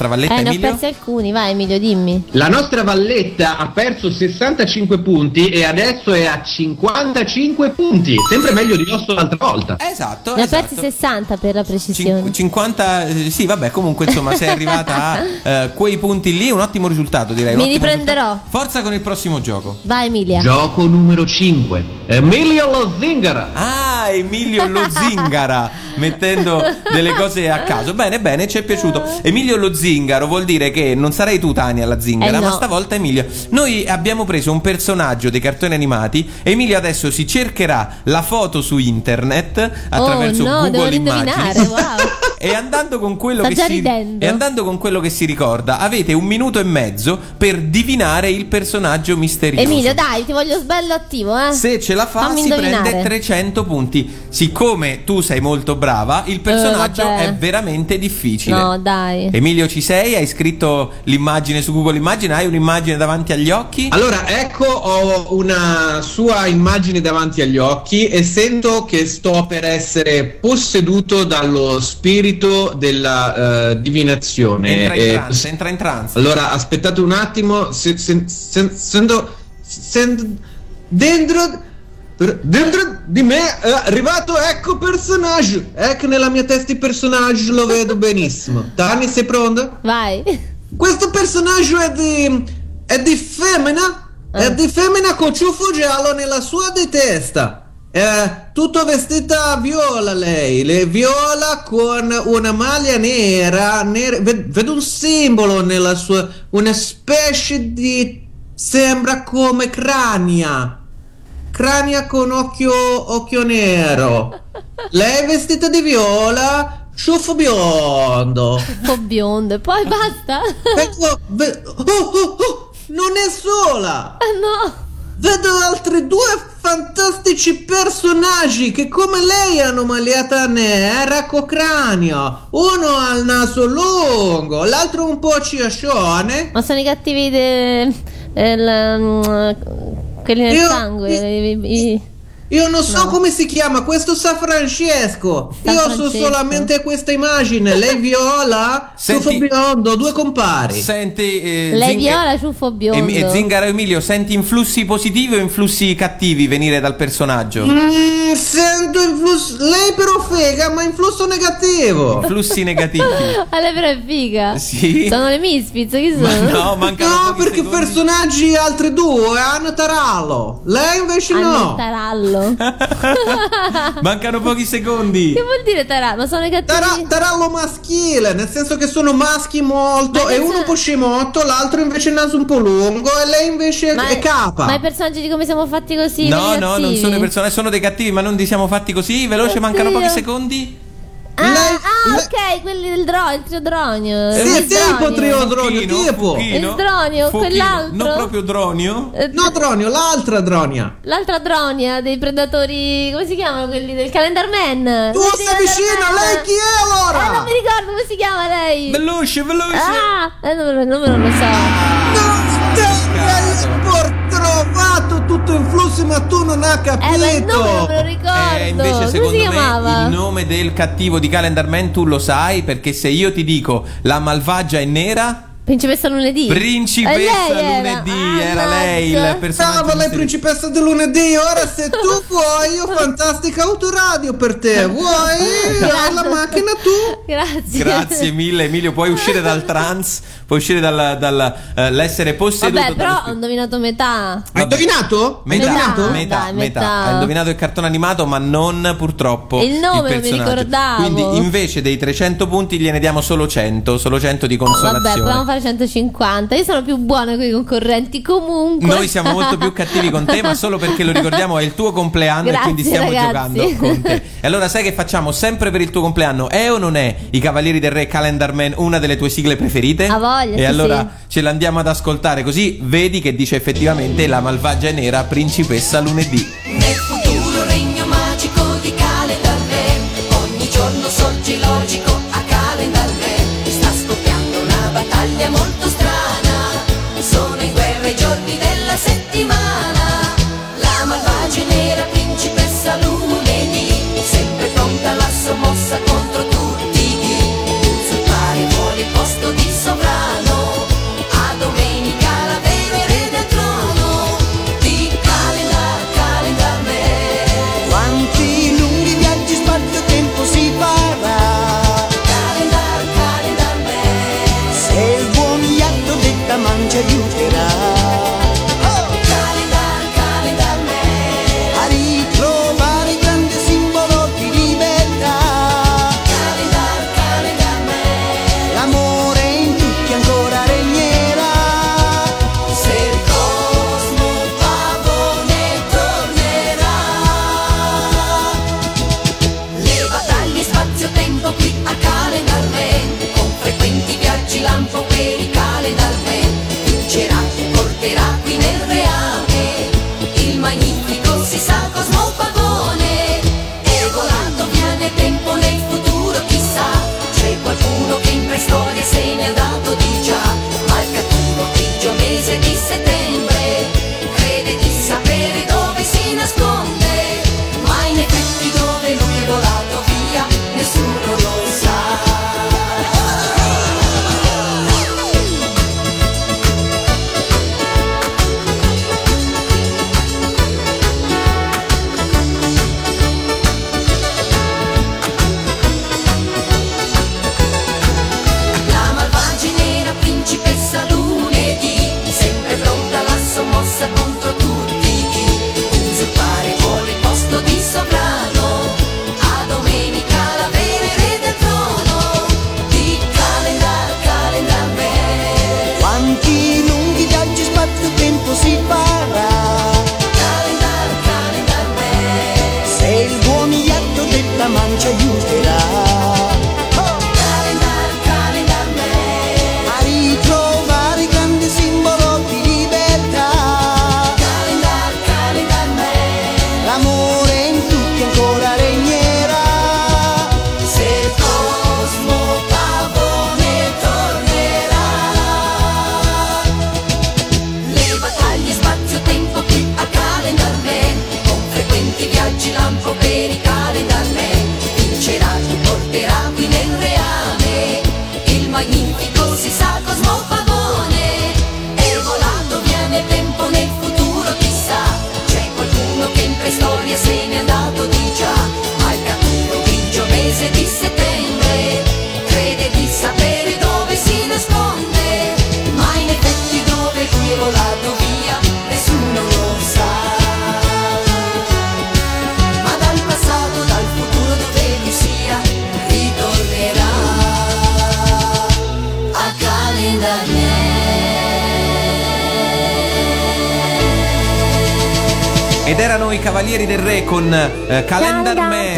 ne Emilio? ho persi alcuni, vai Emilio, dimmi. La nostra Valletta ha perso sessantacinque punti e adesso è a cinquantacinque punti, sempre meglio di nostro l'altra volta. Esatto, Ne ho esatto. persi sessanta per la precisione. cinquanta, eh, sì, vabbè, comunque insomma sei arrivata a eh, quei punti lì, un ottimo risultato direi. un Mi ottimo riprenderò. risultato. Forza con il prossimo gioco. Vai Emilia. Gioco numero cinque. Emilio Lo Zingara. Ah, Emilio Lo Zingara, mettendo delle cose a caso. Bene, bene, ci è piaciuto. Emilio Lo Zingaro vuol dire che non sarai tu Tania la zingara, Eh, no. ma stavolta Emilio. Noi abbiamo preso un personaggio dei cartoni animati. Emilio adesso si cercherà la foto su internet attraverso oh, no, devo Google indovinare, Immagini. wow. E andando con quello Sta che già si ridendo. e andando con quello che si ricorda, avete un minuto e mezzo per divinare il personaggio misterioso. Emilio, dai, ti voglio bello attivo, eh. Se ce la fa Fammi si indovinare. prende trecento punti. Siccome tu sei molto brava, il personaggio vabbè. è veramente difficile. No, dai. Emilio, ci sei? Hai scritto l'immagine su Google Immagine? Hai un'immagine davanti agli occhi? Allora, ecco, ho una sua immagine davanti agli occhi e sento che sto per essere posseduto dallo spirito della eh, divinazione. Entra in Eh, trance, entra in trance. Allora, aspettate un attimo, se, se, se, sento, sento dentro, dentro di me è arrivato, ecco personaggio, ecco nella mia testa il personaggio, lo vedo benissimo. Tani, sei pronta? Vai. Questo personaggio è di, è di femmina, è di femmina con ciuffo giallo nella sua di testa. È tutto vestita viola lei, le viola con una maglia nera, nera ved- vedo un simbolo nella sua, una specie di, sembra come crania, crania con occhio, occhio nero. Lei è vestita di viola, ciuffo biondo. Un biondo, e poi basta. Ecco, ve- oh, oh, oh, non è sola. Ah, no. Vedo altri due fantastici personaggi che come lei hanno magliata nera con cranio. Uno ha il naso lungo, l'altro un po' ciascione. Ma sono i cattivi de... del, mm, quelli nel Io- sangue. i- i- Io non so No. come si chiama, questo San Francesco. San Io so Francesco. solamente questa immagine. Lei viola, Senti- ciuffo biondo, due compari. Senti, eh, Lei Zing- viola, ciuffo biondo. E, e Zingaro Emilio, senti influssi positivi o influssi cattivi venire dal personaggio? Mm, sento influsso. Lei però fega, ma influsso negativo. Influssi negativi. Ah, lei però è figa. Sì. Sono le Misfits, chi sono? Ma no, mancano No, pochi perché secondi. personaggi altri due hanno Tarallo. Lei invece Hanno il no. tarallo. Mancano pochi secondi. Che vuol dire tarallo? Ma sono i cattivi. Tara- tarallo maschile, nel senso che sono maschi molto. Ma E che uno sono- un po' scemotto, l'altro invece il naso un po' lungo. E lei invece Ma è capa. Ma i personaggi di come siamo fatti così? No, quelli no, non cattivi? sono i personaggi, sono dei cattivi, ma non ti siamo fatti così. Veloce, mancano Oddio. pochi secondi. Ah, Lei- ah, lei- ok, quelli del dro, il triodronio. Sì, Il tipo dronio. triodronio, Fuchino, tipo. Fuchino, Il dronio, Fuchino. quell'altro. Non proprio dronio. Eh, No, Dronio, l'altra Dronia. L'altra dronia dei predatori, come si chiamano quelli del Calendar Man? Tu Quelli sei del vicino, Calendar Man. lei chi è allora? Eh, non mi ricordo come si chiama lei. Veloce, veloce. Ah, eh, non, non, non lo so. Non te l'hai trovato tutto in flussi, ma tu non hai capito. Eh, ma il nome non me lo ricordo. Eh, invece come secondo si me chiamava? il nome del cattivo di Calendar Man tu lo sai, perché se io ti dico la malvagia è nera, Principessa lunedì. principessa Eh, lei era. lunedì, era, Ah, lei il mannaggia. personaggio. Ciao, lei misterioso. principessa del lunedì. Ora se tu vuoi, io fantastica autoradio per te. Vuoi? Hai la macchina tu? Grazie. Grazie mille Emilio, puoi uscire dal trance, puoi uscire dal, dal, eh, l'essere posseduto Vabbè, però dallo ho spirito. indovinato metà. Hai indovinato? Hai Metà, indovinato? metà, Dai, metà. metà. Hai indovinato il cartone animato, ma non purtroppo Il nome non mi personaggio. ricordavo. Quindi invece dei trecento punti gliene diamo solo cento, solo cento di Vabbè, consolazione. proviamo a fare centocinquanta. Io sono più buona con i concorrenti comunque. Noi siamo molto più cattivi con te, ma solo perché lo ricordiamo è il tuo compleanno. Grazie, e quindi stiamo ragazzi. giocando con te. E allora sai che facciamo sempre per il tuo compleanno? È o non è I Cavalieri del Re Calendar Man una delle tue sigle preferite? A voglia, E sì, allora sì. ce l'andiamo ad ascoltare, così vedi che dice effettivamente la malvagia e nera principessa lunedì. Nel futuro regno magico di Calendar Re, ogni giorno sorge logico a Calendar Re. Sta scoppiando una battaglia molto strana, sono in guerra i giorni della settimana. La malvagia nera principessa lunedì, sempre pronta alla sua mossa contro tutti. Usurpare vuole il posto di sovrano, Ed erano i Cavalieri del Re con eh, Calendar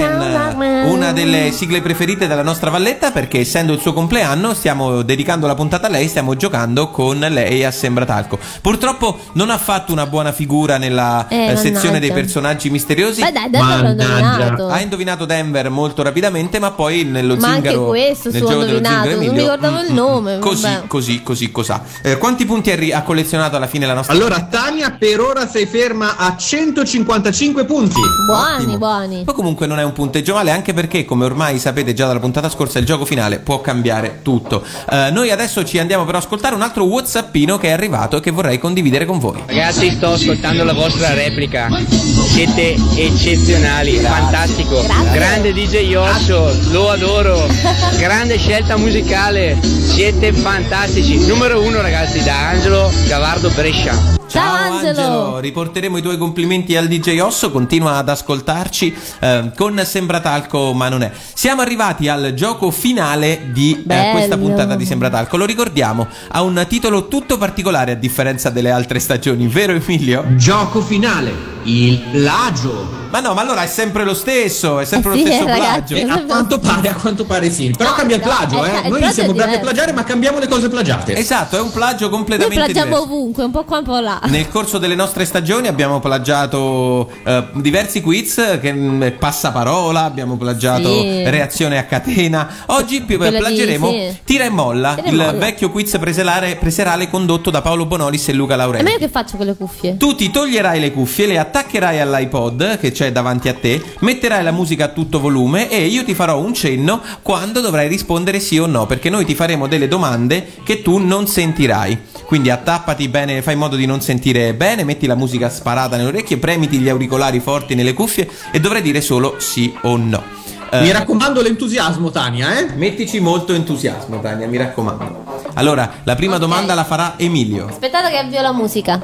Man, una delle sigle preferite della nostra Valletta, perché essendo il suo compleanno stiamo dedicando la puntata a lei, stiamo giocando con lei a Sembratalco. Purtroppo non ha fatto una buona figura nella Eh, eh, sezione mannaggia. dei personaggi misteriosi. Beh, dai, Denver l'ho indovinato. Ha indovinato Denver molto rapidamente, ma poi nello Ma anche zingaro, questo nel su gioco dello indovinato, zingaro non mi Emilio, ricordavo il mm, nome. così, vabbè. così, così, cos'ha. Eh, quanti punti ha, ri- ha collezionato alla fine la nostra? Allora, Tania, per ora sei ferma a centocinquantacinque punti. Buoni, Ottimo. buoni. Ma comunque non è un punteggio male, anche perché, come ormai sapete già dalla puntata scorsa, il gioco finale può cambiare tutto. Eh, noi adesso ci andiamo però a ascoltare un altro WhatsAppino che è arrivato e che vorrei condividere con voi. Ragazzi, sto ascoltando la vostra replica, siete eccezionali, fantastico, grande D J Osso, lo adoro, grande scelta musicale, siete fantastici, numero uno ragazzi, da Angelo Gavardo Brescia. Ciao Angelo, riporteremo i tuoi complimenti al D J Osso, continua ad ascoltarci eh, con Sembratalco ma non è. Siamo arrivati al gioco finale di eh, questa puntata di Sembratalco, lo ricordiamo, ha un titolo tutto particolare a differenza delle altre stagioni, vero Emilio? Gioco finale, il plagio. Ma no, ma allora è sempre lo stesso, è sempre Eh lo sì, stesso ragazzi, plagio. eh, a quanto pare, a quanto pare sì. Però No, cambia il no, plagio, eh, eh. il Noi plagio siamo è bravi a diverso. plagiare, ma cambiamo le cose plagiate. Esatto, è un plagio Noi completamente plagiamo diverso. ovunque, un po' qua, un po' là. Nel corso delle nostre stagioni abbiamo plagiato eh, diversi quiz, che mh, passaparola, abbiamo plagiato Sì. reazione a catena. Oggi più, Quella di- plagieremo sì. Tira e molla, Tira e il molla. vecchio quiz preserale, preserale condotto da Paolo Bonolis e Luca E Laurenti. ma io che faccio con le cuffie? Tu ti toglierai le cuffie, le attaccherai all'iPod che c'è davanti a te, metterai la musica a tutto volume e io ti farò un cenno quando dovrai rispondere sì o no, perché noi ti faremo delle domande che tu non sentirai. Quindi attappati bene, fai in modo di non sentire bene, metti la musica sparata nelle orecchie, premiti gli auricolari forti nelle cuffie e dovrai dire solo sì o no. Mi Eh, raccomando l'entusiasmo, Tania, eh? Mettici molto entusiasmo, Tania, mi raccomando. Allora, la prima domanda la farà Emilio. Aspettate che avvio la musica.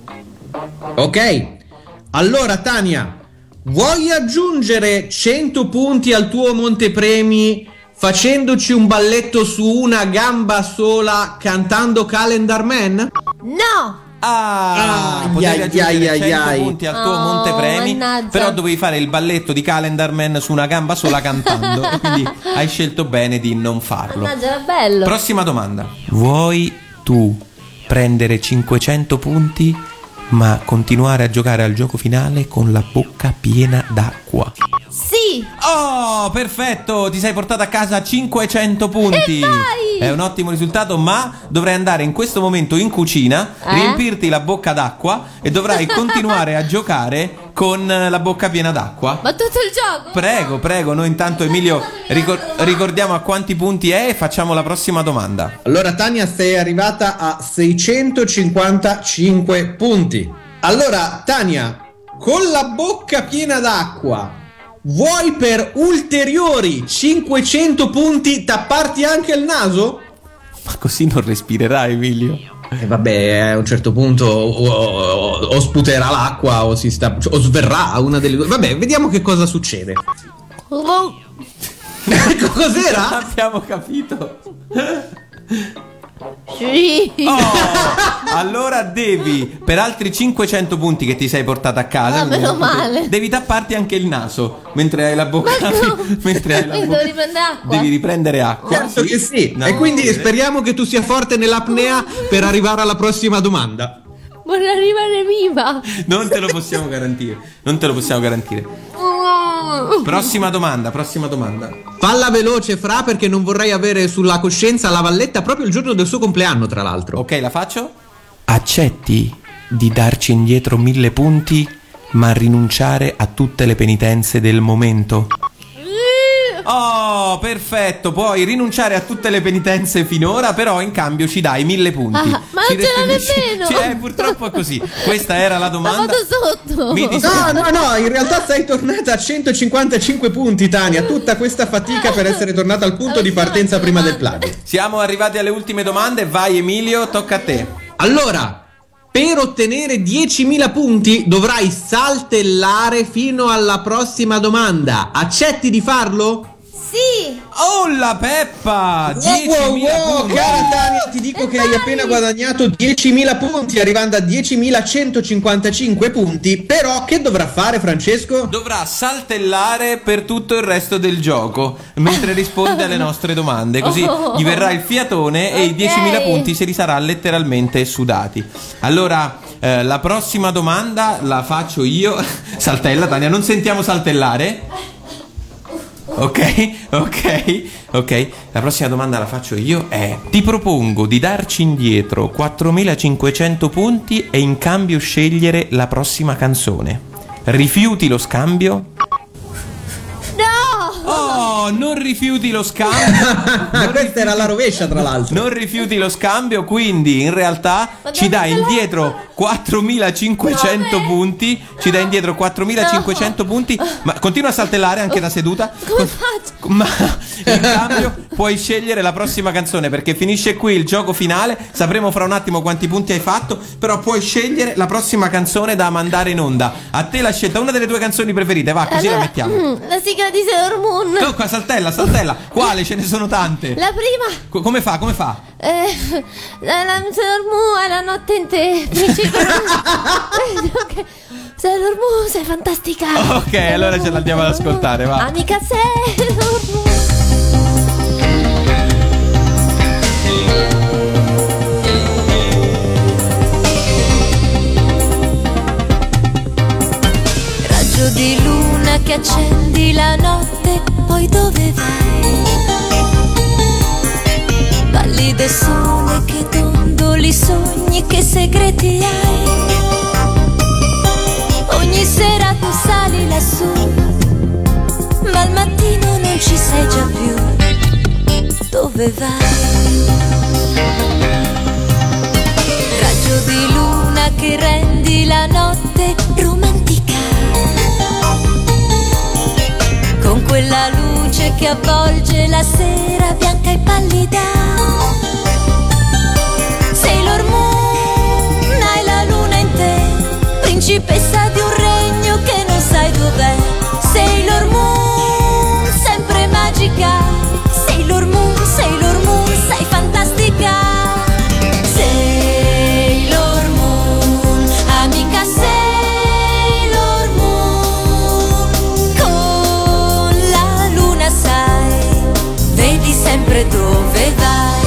Ok. Allora, Tania, vuoi aggiungere cento punti al tuo montepremi facendoci un balletto su una gamba sola cantando Calendar Man? No! Ah, Ai, potevi ai, aggiungere ai, cento ai. punti al tuo Oh, montepremi, mannaggia. però dovevi fare il balletto di Calendar Man su una gamba sola cantando, e quindi hai scelto bene di non farlo. Mannaggia, era bello. Prossima domanda. Vuoi tu prendere cinquecento punti ma continuare a giocare al gioco finale con la bocca piena d'acqua? Sì! Oh, perfetto, ti sei portato a casa cinquecento punti. E vai! È un ottimo risultato, ma dovrai andare in questo momento in cucina, Eh? riempirti la bocca d'acqua e dovrai continuare a giocare con la bocca piena d'acqua. Ma tutto il gioco? Prego, prego, noi intanto Emilio ricor- ricordiamo a quanti punti è e facciamo la prossima domanda. Allora, Tania, sei arrivata a seicentocinquantacinque punti. Allora, Tania, con la bocca piena d'acqua, vuoi per ulteriori cinquecento punti tapparti anche il naso? Ma così non respirerai, Emilio. E eh vabbè, a un certo punto o, o, o sputerà l'acqua o si sta o sverrà una delle due. Vabbè, vediamo che cosa succede. Ecco, cos'era? Abbiamo capito. Sì. Oh, allora devi per altri cinquecento punti che ti sei portato a casa, Ah, meno male. devi tapparti anche il naso mentre hai la bocca mentre hai la Quindi bocca devo riprendere acqua? devi riprendere acqua. Certo che sì. No. E quindi speriamo che tu sia forte nell'apnea per arrivare alla prossima domanda. Vorrei arrivare viva. Non te lo possiamo garantire. Non te lo possiamo garantire. Prossima domanda, prossima domanda. Falla veloce, Fra, perché non vorrei avere sulla coscienza la Valletta proprio il giorno del suo compleanno, tra l'altro. Ok, la faccio? Accetti di darci indietro mille punti, ma rinunciare a tutte le penitenze del momento? Oh, perfetto, puoi rinunciare a tutte le penitenze finora, però in cambio ci dai mille punti. Ah, ma Ci non ce l'ho restituisci- nemmeno. Sì, eh, purtroppo è così. Questa era la La domanda. vado sotto. Mi dispiace. No, no, no, in realtà sei tornata a centocinquantacinque punti, Tania. Tutta questa fatica per essere tornata al punto di partenza prima del plagio. Siamo arrivati alle ultime domande. Vai Emilio, tocca a te. Allora, per ottenere diecimila punti dovrai saltellare fino alla prossima domanda. Accetti di farlo? Sì. sì! Oh la Peppa! diecimila wow, wow, punti! cara Tania, ti dico che hai appena guadagnato diecimila punti, arrivando a diecimilacentocinquantacinque punti. Però che dovrà fare Francesco? Dovrà saltellare per tutto il resto del gioco mentre risponde alle nostre domande. Così Oh. gli verrà il fiatone e Ok. i diecimila punti se li sarà letteralmente sudati. Allora, eh, la prossima domanda la faccio io. Saltella, Tania, non sentiamo saltellare. Ok, ok, ok. La prossima domanda la faccio io è: ti propongo di darci indietro quattromilacinquecento punti e in cambio scegliere la prossima canzone. Rifiuti lo scambio? No! Oh, non rifiuti lo scambio. Ma questa era la rovescia, tra l'altro. Non rifiuti lo scambio, quindi in realtà Ma ci dove dà ce l'ho? quattromilacinquecento quattromilacinquecento punti. Ci dà indietro quattromilacinquecento punti. Ma continua a saltellare anche da seduta. Come faccio? Ma in cambio puoi scegliere la prossima canzone, perché finisce qui il gioco finale. Sapremo fra un attimo quanti punti hai fatto, però puoi scegliere la prossima canzone da mandare in onda. A te la scelta, una delle tue canzoni preferite, va, così Allora, la mettiamo. mm, la sigla di Sailor Moon. Oh, qua, saltella, saltella. Quale? Ce ne sono tante. La prima. Co- come fa? Come fa? Eh, la, la Sailor Moon è la notte in te, principe. Ok. Sailor Moon, sei fantastica. Ok, allora ce l'andiamo ad ascoltare, va. Amica Sailor Moon. Raggio di luna che accendi la notte, poi dove vai? Pallido sole che dondoli sogni, che segreti hai? Ogni sera tu sali lassù, ma al mattino non ci sei già più. Dove vai? Raggio di luna che rendi la notte romantica, con quella luce che avvolge la sera bianca e pallida. Sailor Moon, hai la luna in te, principessa di un regno che non sai dov'è. Sailor Moon, sempre magica. Sailor Moon, Sailor Moon, sei fantastica. Sailor Moon, amica Sailor Moon, con la luna sai, vedi sempre dove vai.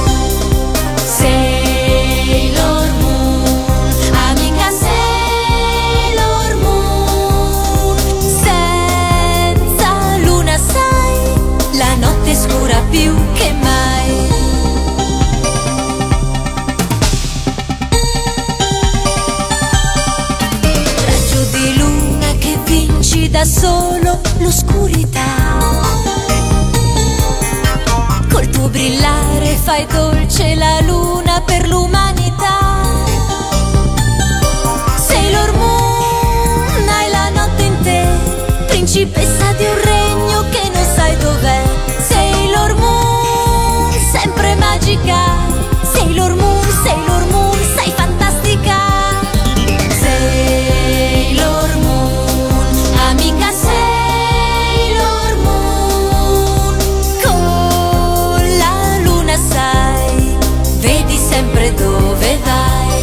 Sailor Moon, amica Sailor Moon, senza luna sai, la notte è scura più che mai. Raggio di luna che vinci da solo l'oscurità, col tuo brillare fai dolce la luna per l'umanità. Sailor Moon, hai la notte in te, principessa di un regno che non sai dov'è. Sailor Moon, sempre magica. Sailor Moon, Sailor Moon, sei fantastica. Sailor Moon, amica Sailor Moon, con la luna sai, vedi sempre dove vai.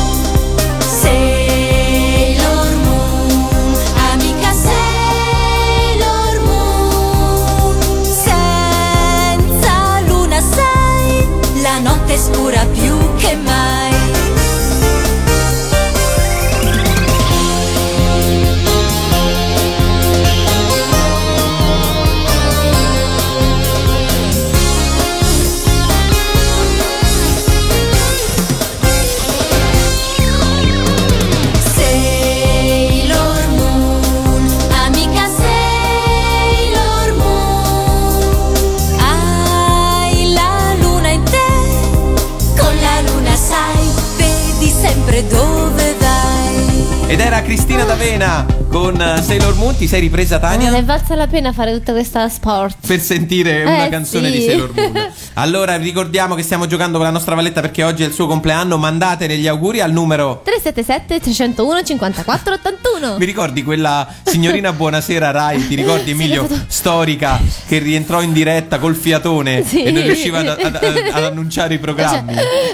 Sailor Moon, amica Sailor Moon, senza luna sai, la notte è scura più che mai. Sailor Moon, amica Sailor Moon, hai la luna in te, con la luna sai, vedi sempre dove vai. Ed era Cristina D'Avena con uh, Sailor Moon. Ti sei ripresa, Tania? Non è valsa la pena fare tutta questa sport Per sentire una Eh, canzone sì. di Sailor Moon. Allora ricordiamo che stiamo giocando con la nostra Valletta perché oggi è il suo compleanno. Mandatele gli auguri al numero. tre sette sette tre zero uno cinquantaquattro ottantuno. Mi ricordi quella signorina Buonasera Rai? Ti ricordi, Emilio? Storica, che rientrò in diretta col fiatone Sì. e non riusciva ad, ad- ad- ad annunciare i programmi.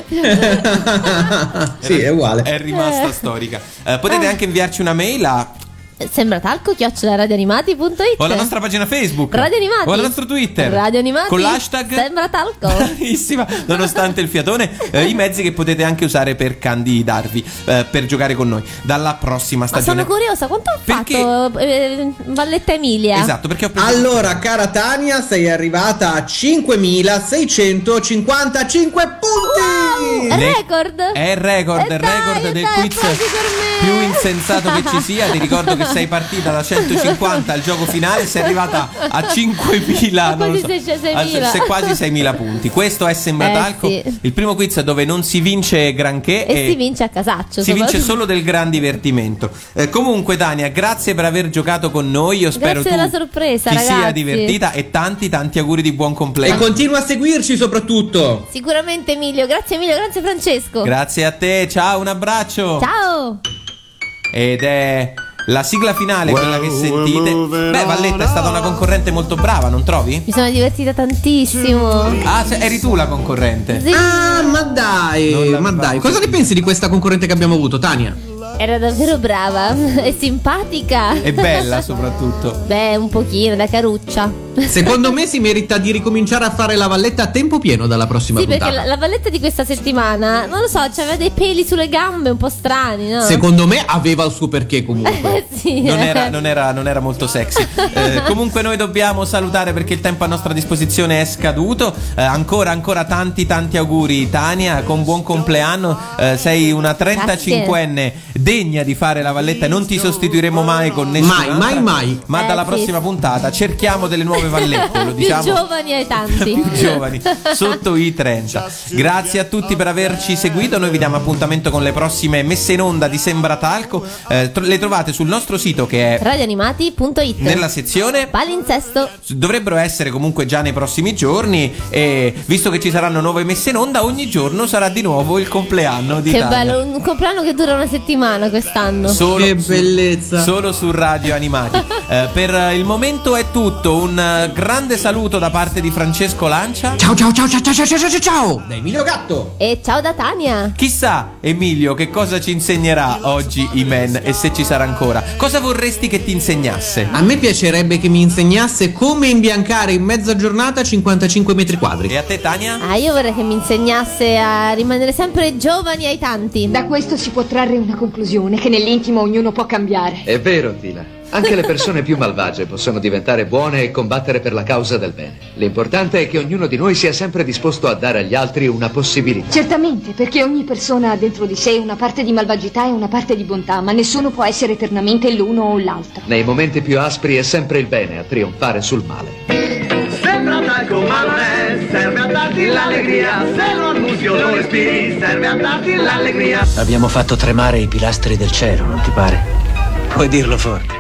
Sì, è uguale. È rimasta Eh. storica. Eh, potete anche inviarci una mail a Sembra talco chiocciola radioanimati.it o alla nostra pagina Facebook Radio Animati o al nostro Twitter Radio Animati con l'hashtag Sembra talco. Bravissima, nonostante il fiatone, eh, i mezzi che potete anche usare per candidarvi, eh, per giocare con noi dalla prossima Ma stagione. sono curiosa, quanto ha Perché? fatto eh, Valletta Emilia? Esatto, perché ho preso Allora, cara Tania, sei arrivata a cinquemilaseicentocinquantacinque punti! Wow, Le- record. È il record, E il dai, record e del dai, quiz applausi per me. più insensato che ci sia. Ti ricordo che sei partita da centocinquanta al gioco finale, sei arrivata a cinquemila, non lo so, Quasi seimila. a- se- quasi seimila punti. Questo è Sembra Eh, Talco, sì. il primo quiz dove non si vince granché E si vince a casaccio. si vince soprattutto. solo del gran divertimento. Eh, comunque, Tania, grazie per aver giocato con noi. Io spero Grazie tu della sorpresa, ti ragazzi. sia divertita e tanti tanti auguri di buon E compleanno. continua a seguirci soprattutto. Sicuramente Emilio, grazie Emilio, grazie Francesco. Grazie a te, ciao, un abbraccio. Ciao. Ed è la sigla finale, quella che sentite. Beh, Valletta è stata una concorrente molto brava, non trovi? Mi sono divertita tantissimo. Ah, se- eri tu la concorrente. Sì. Ah, ma dai, ma dai. Cosa ne pensi di questa concorrente che abbiamo avuto, Tania? Era davvero brava e simpatica. E bella soprattutto. Beh, un pochino, da caruccia. Secondo me si merita di ricominciare a fare la Valletta a tempo pieno dalla prossima Sì, perché puntata. la, la Valletta di questa settimana, non lo so, c'aveva dei peli sulle gambe un po' strani, no? Secondo me aveva il suo perché comunque. Eh, sì, Non eh. era, non era- non era molto sexy. Eh, comunque noi dobbiamo salutare perché il tempo a nostra disposizione è scaduto. Eh, ancora, ancora tanti, tanti auguri, Tania. Con buon compleanno. Eh, sei una trentacinquenne degna di fare la Valletta. Non ti sostituiremo mai con nessun'altra. Mai, mai, mai. Ma Eh, dalla sì. prossima puntata cerchiamo delle nuove Vallette. Lo diciamo. Più giovani ai tanti. Più giovani, sotto i trenta. Grazie a tutti per averci seguito. Noi vi diamo appuntamento con le prossime messe in onda di Sembra Talco. Eh, tro- le trovate sul nostro sito che è radioanimati.it nella sezione. palinsesto. Dovrebbero essere comunque già nei prossimi giorni. E visto che ci saranno nuove messe in onda, ogni giorno sarà di nuovo il compleanno di Che Tania. bello, un compleanno che dura una settimana quest'anno. Solo Che su- bellezza. Solo su Radio Animati. Eh, per eh, il momento è tutto. Un eh, grande saluto da parte di Francesco Lancia. Ciao ciao ciao ciao ciao ciao ciao ciao ciao da Emilio Gatto. E ciao da Tania. Chissà, Emilio, che cosa ci insegnerà oggi Imen e se ci sarà ancora. Cosa vorresti che ti insegnasse? A me piacerebbe che mi insegnasse come imbiancare in mezza giornata cinquantacinque metri quadri. E a te, Tania? Ah, io vorrei che mi insegnasse a rimanere sempre giovani ai tanti. Da questo si può trarre una conclusione, che nell'intimo ognuno può cambiare. È vero, Tila. Anche le persone più malvagie possono diventare buone e combattere per la causa del bene. L'importante è che ognuno di noi sia sempre disposto a dare agli altri una possibilità. Certamente, perché ogni persona ha dentro di sé una parte di malvagità e una parte di bontà, ma nessuno può essere eternamente l'uno o l'altro. Nei momenti più aspri è sempre il bene a trionfare sul male. Sembra talco ma non è, serve a darti l'allegria, se lo annusi o lo respiri, serve a darti l'allegria. Abbiamo fatto tremare i pilastri del cielo, non ti pare? Puoi dirlo forte.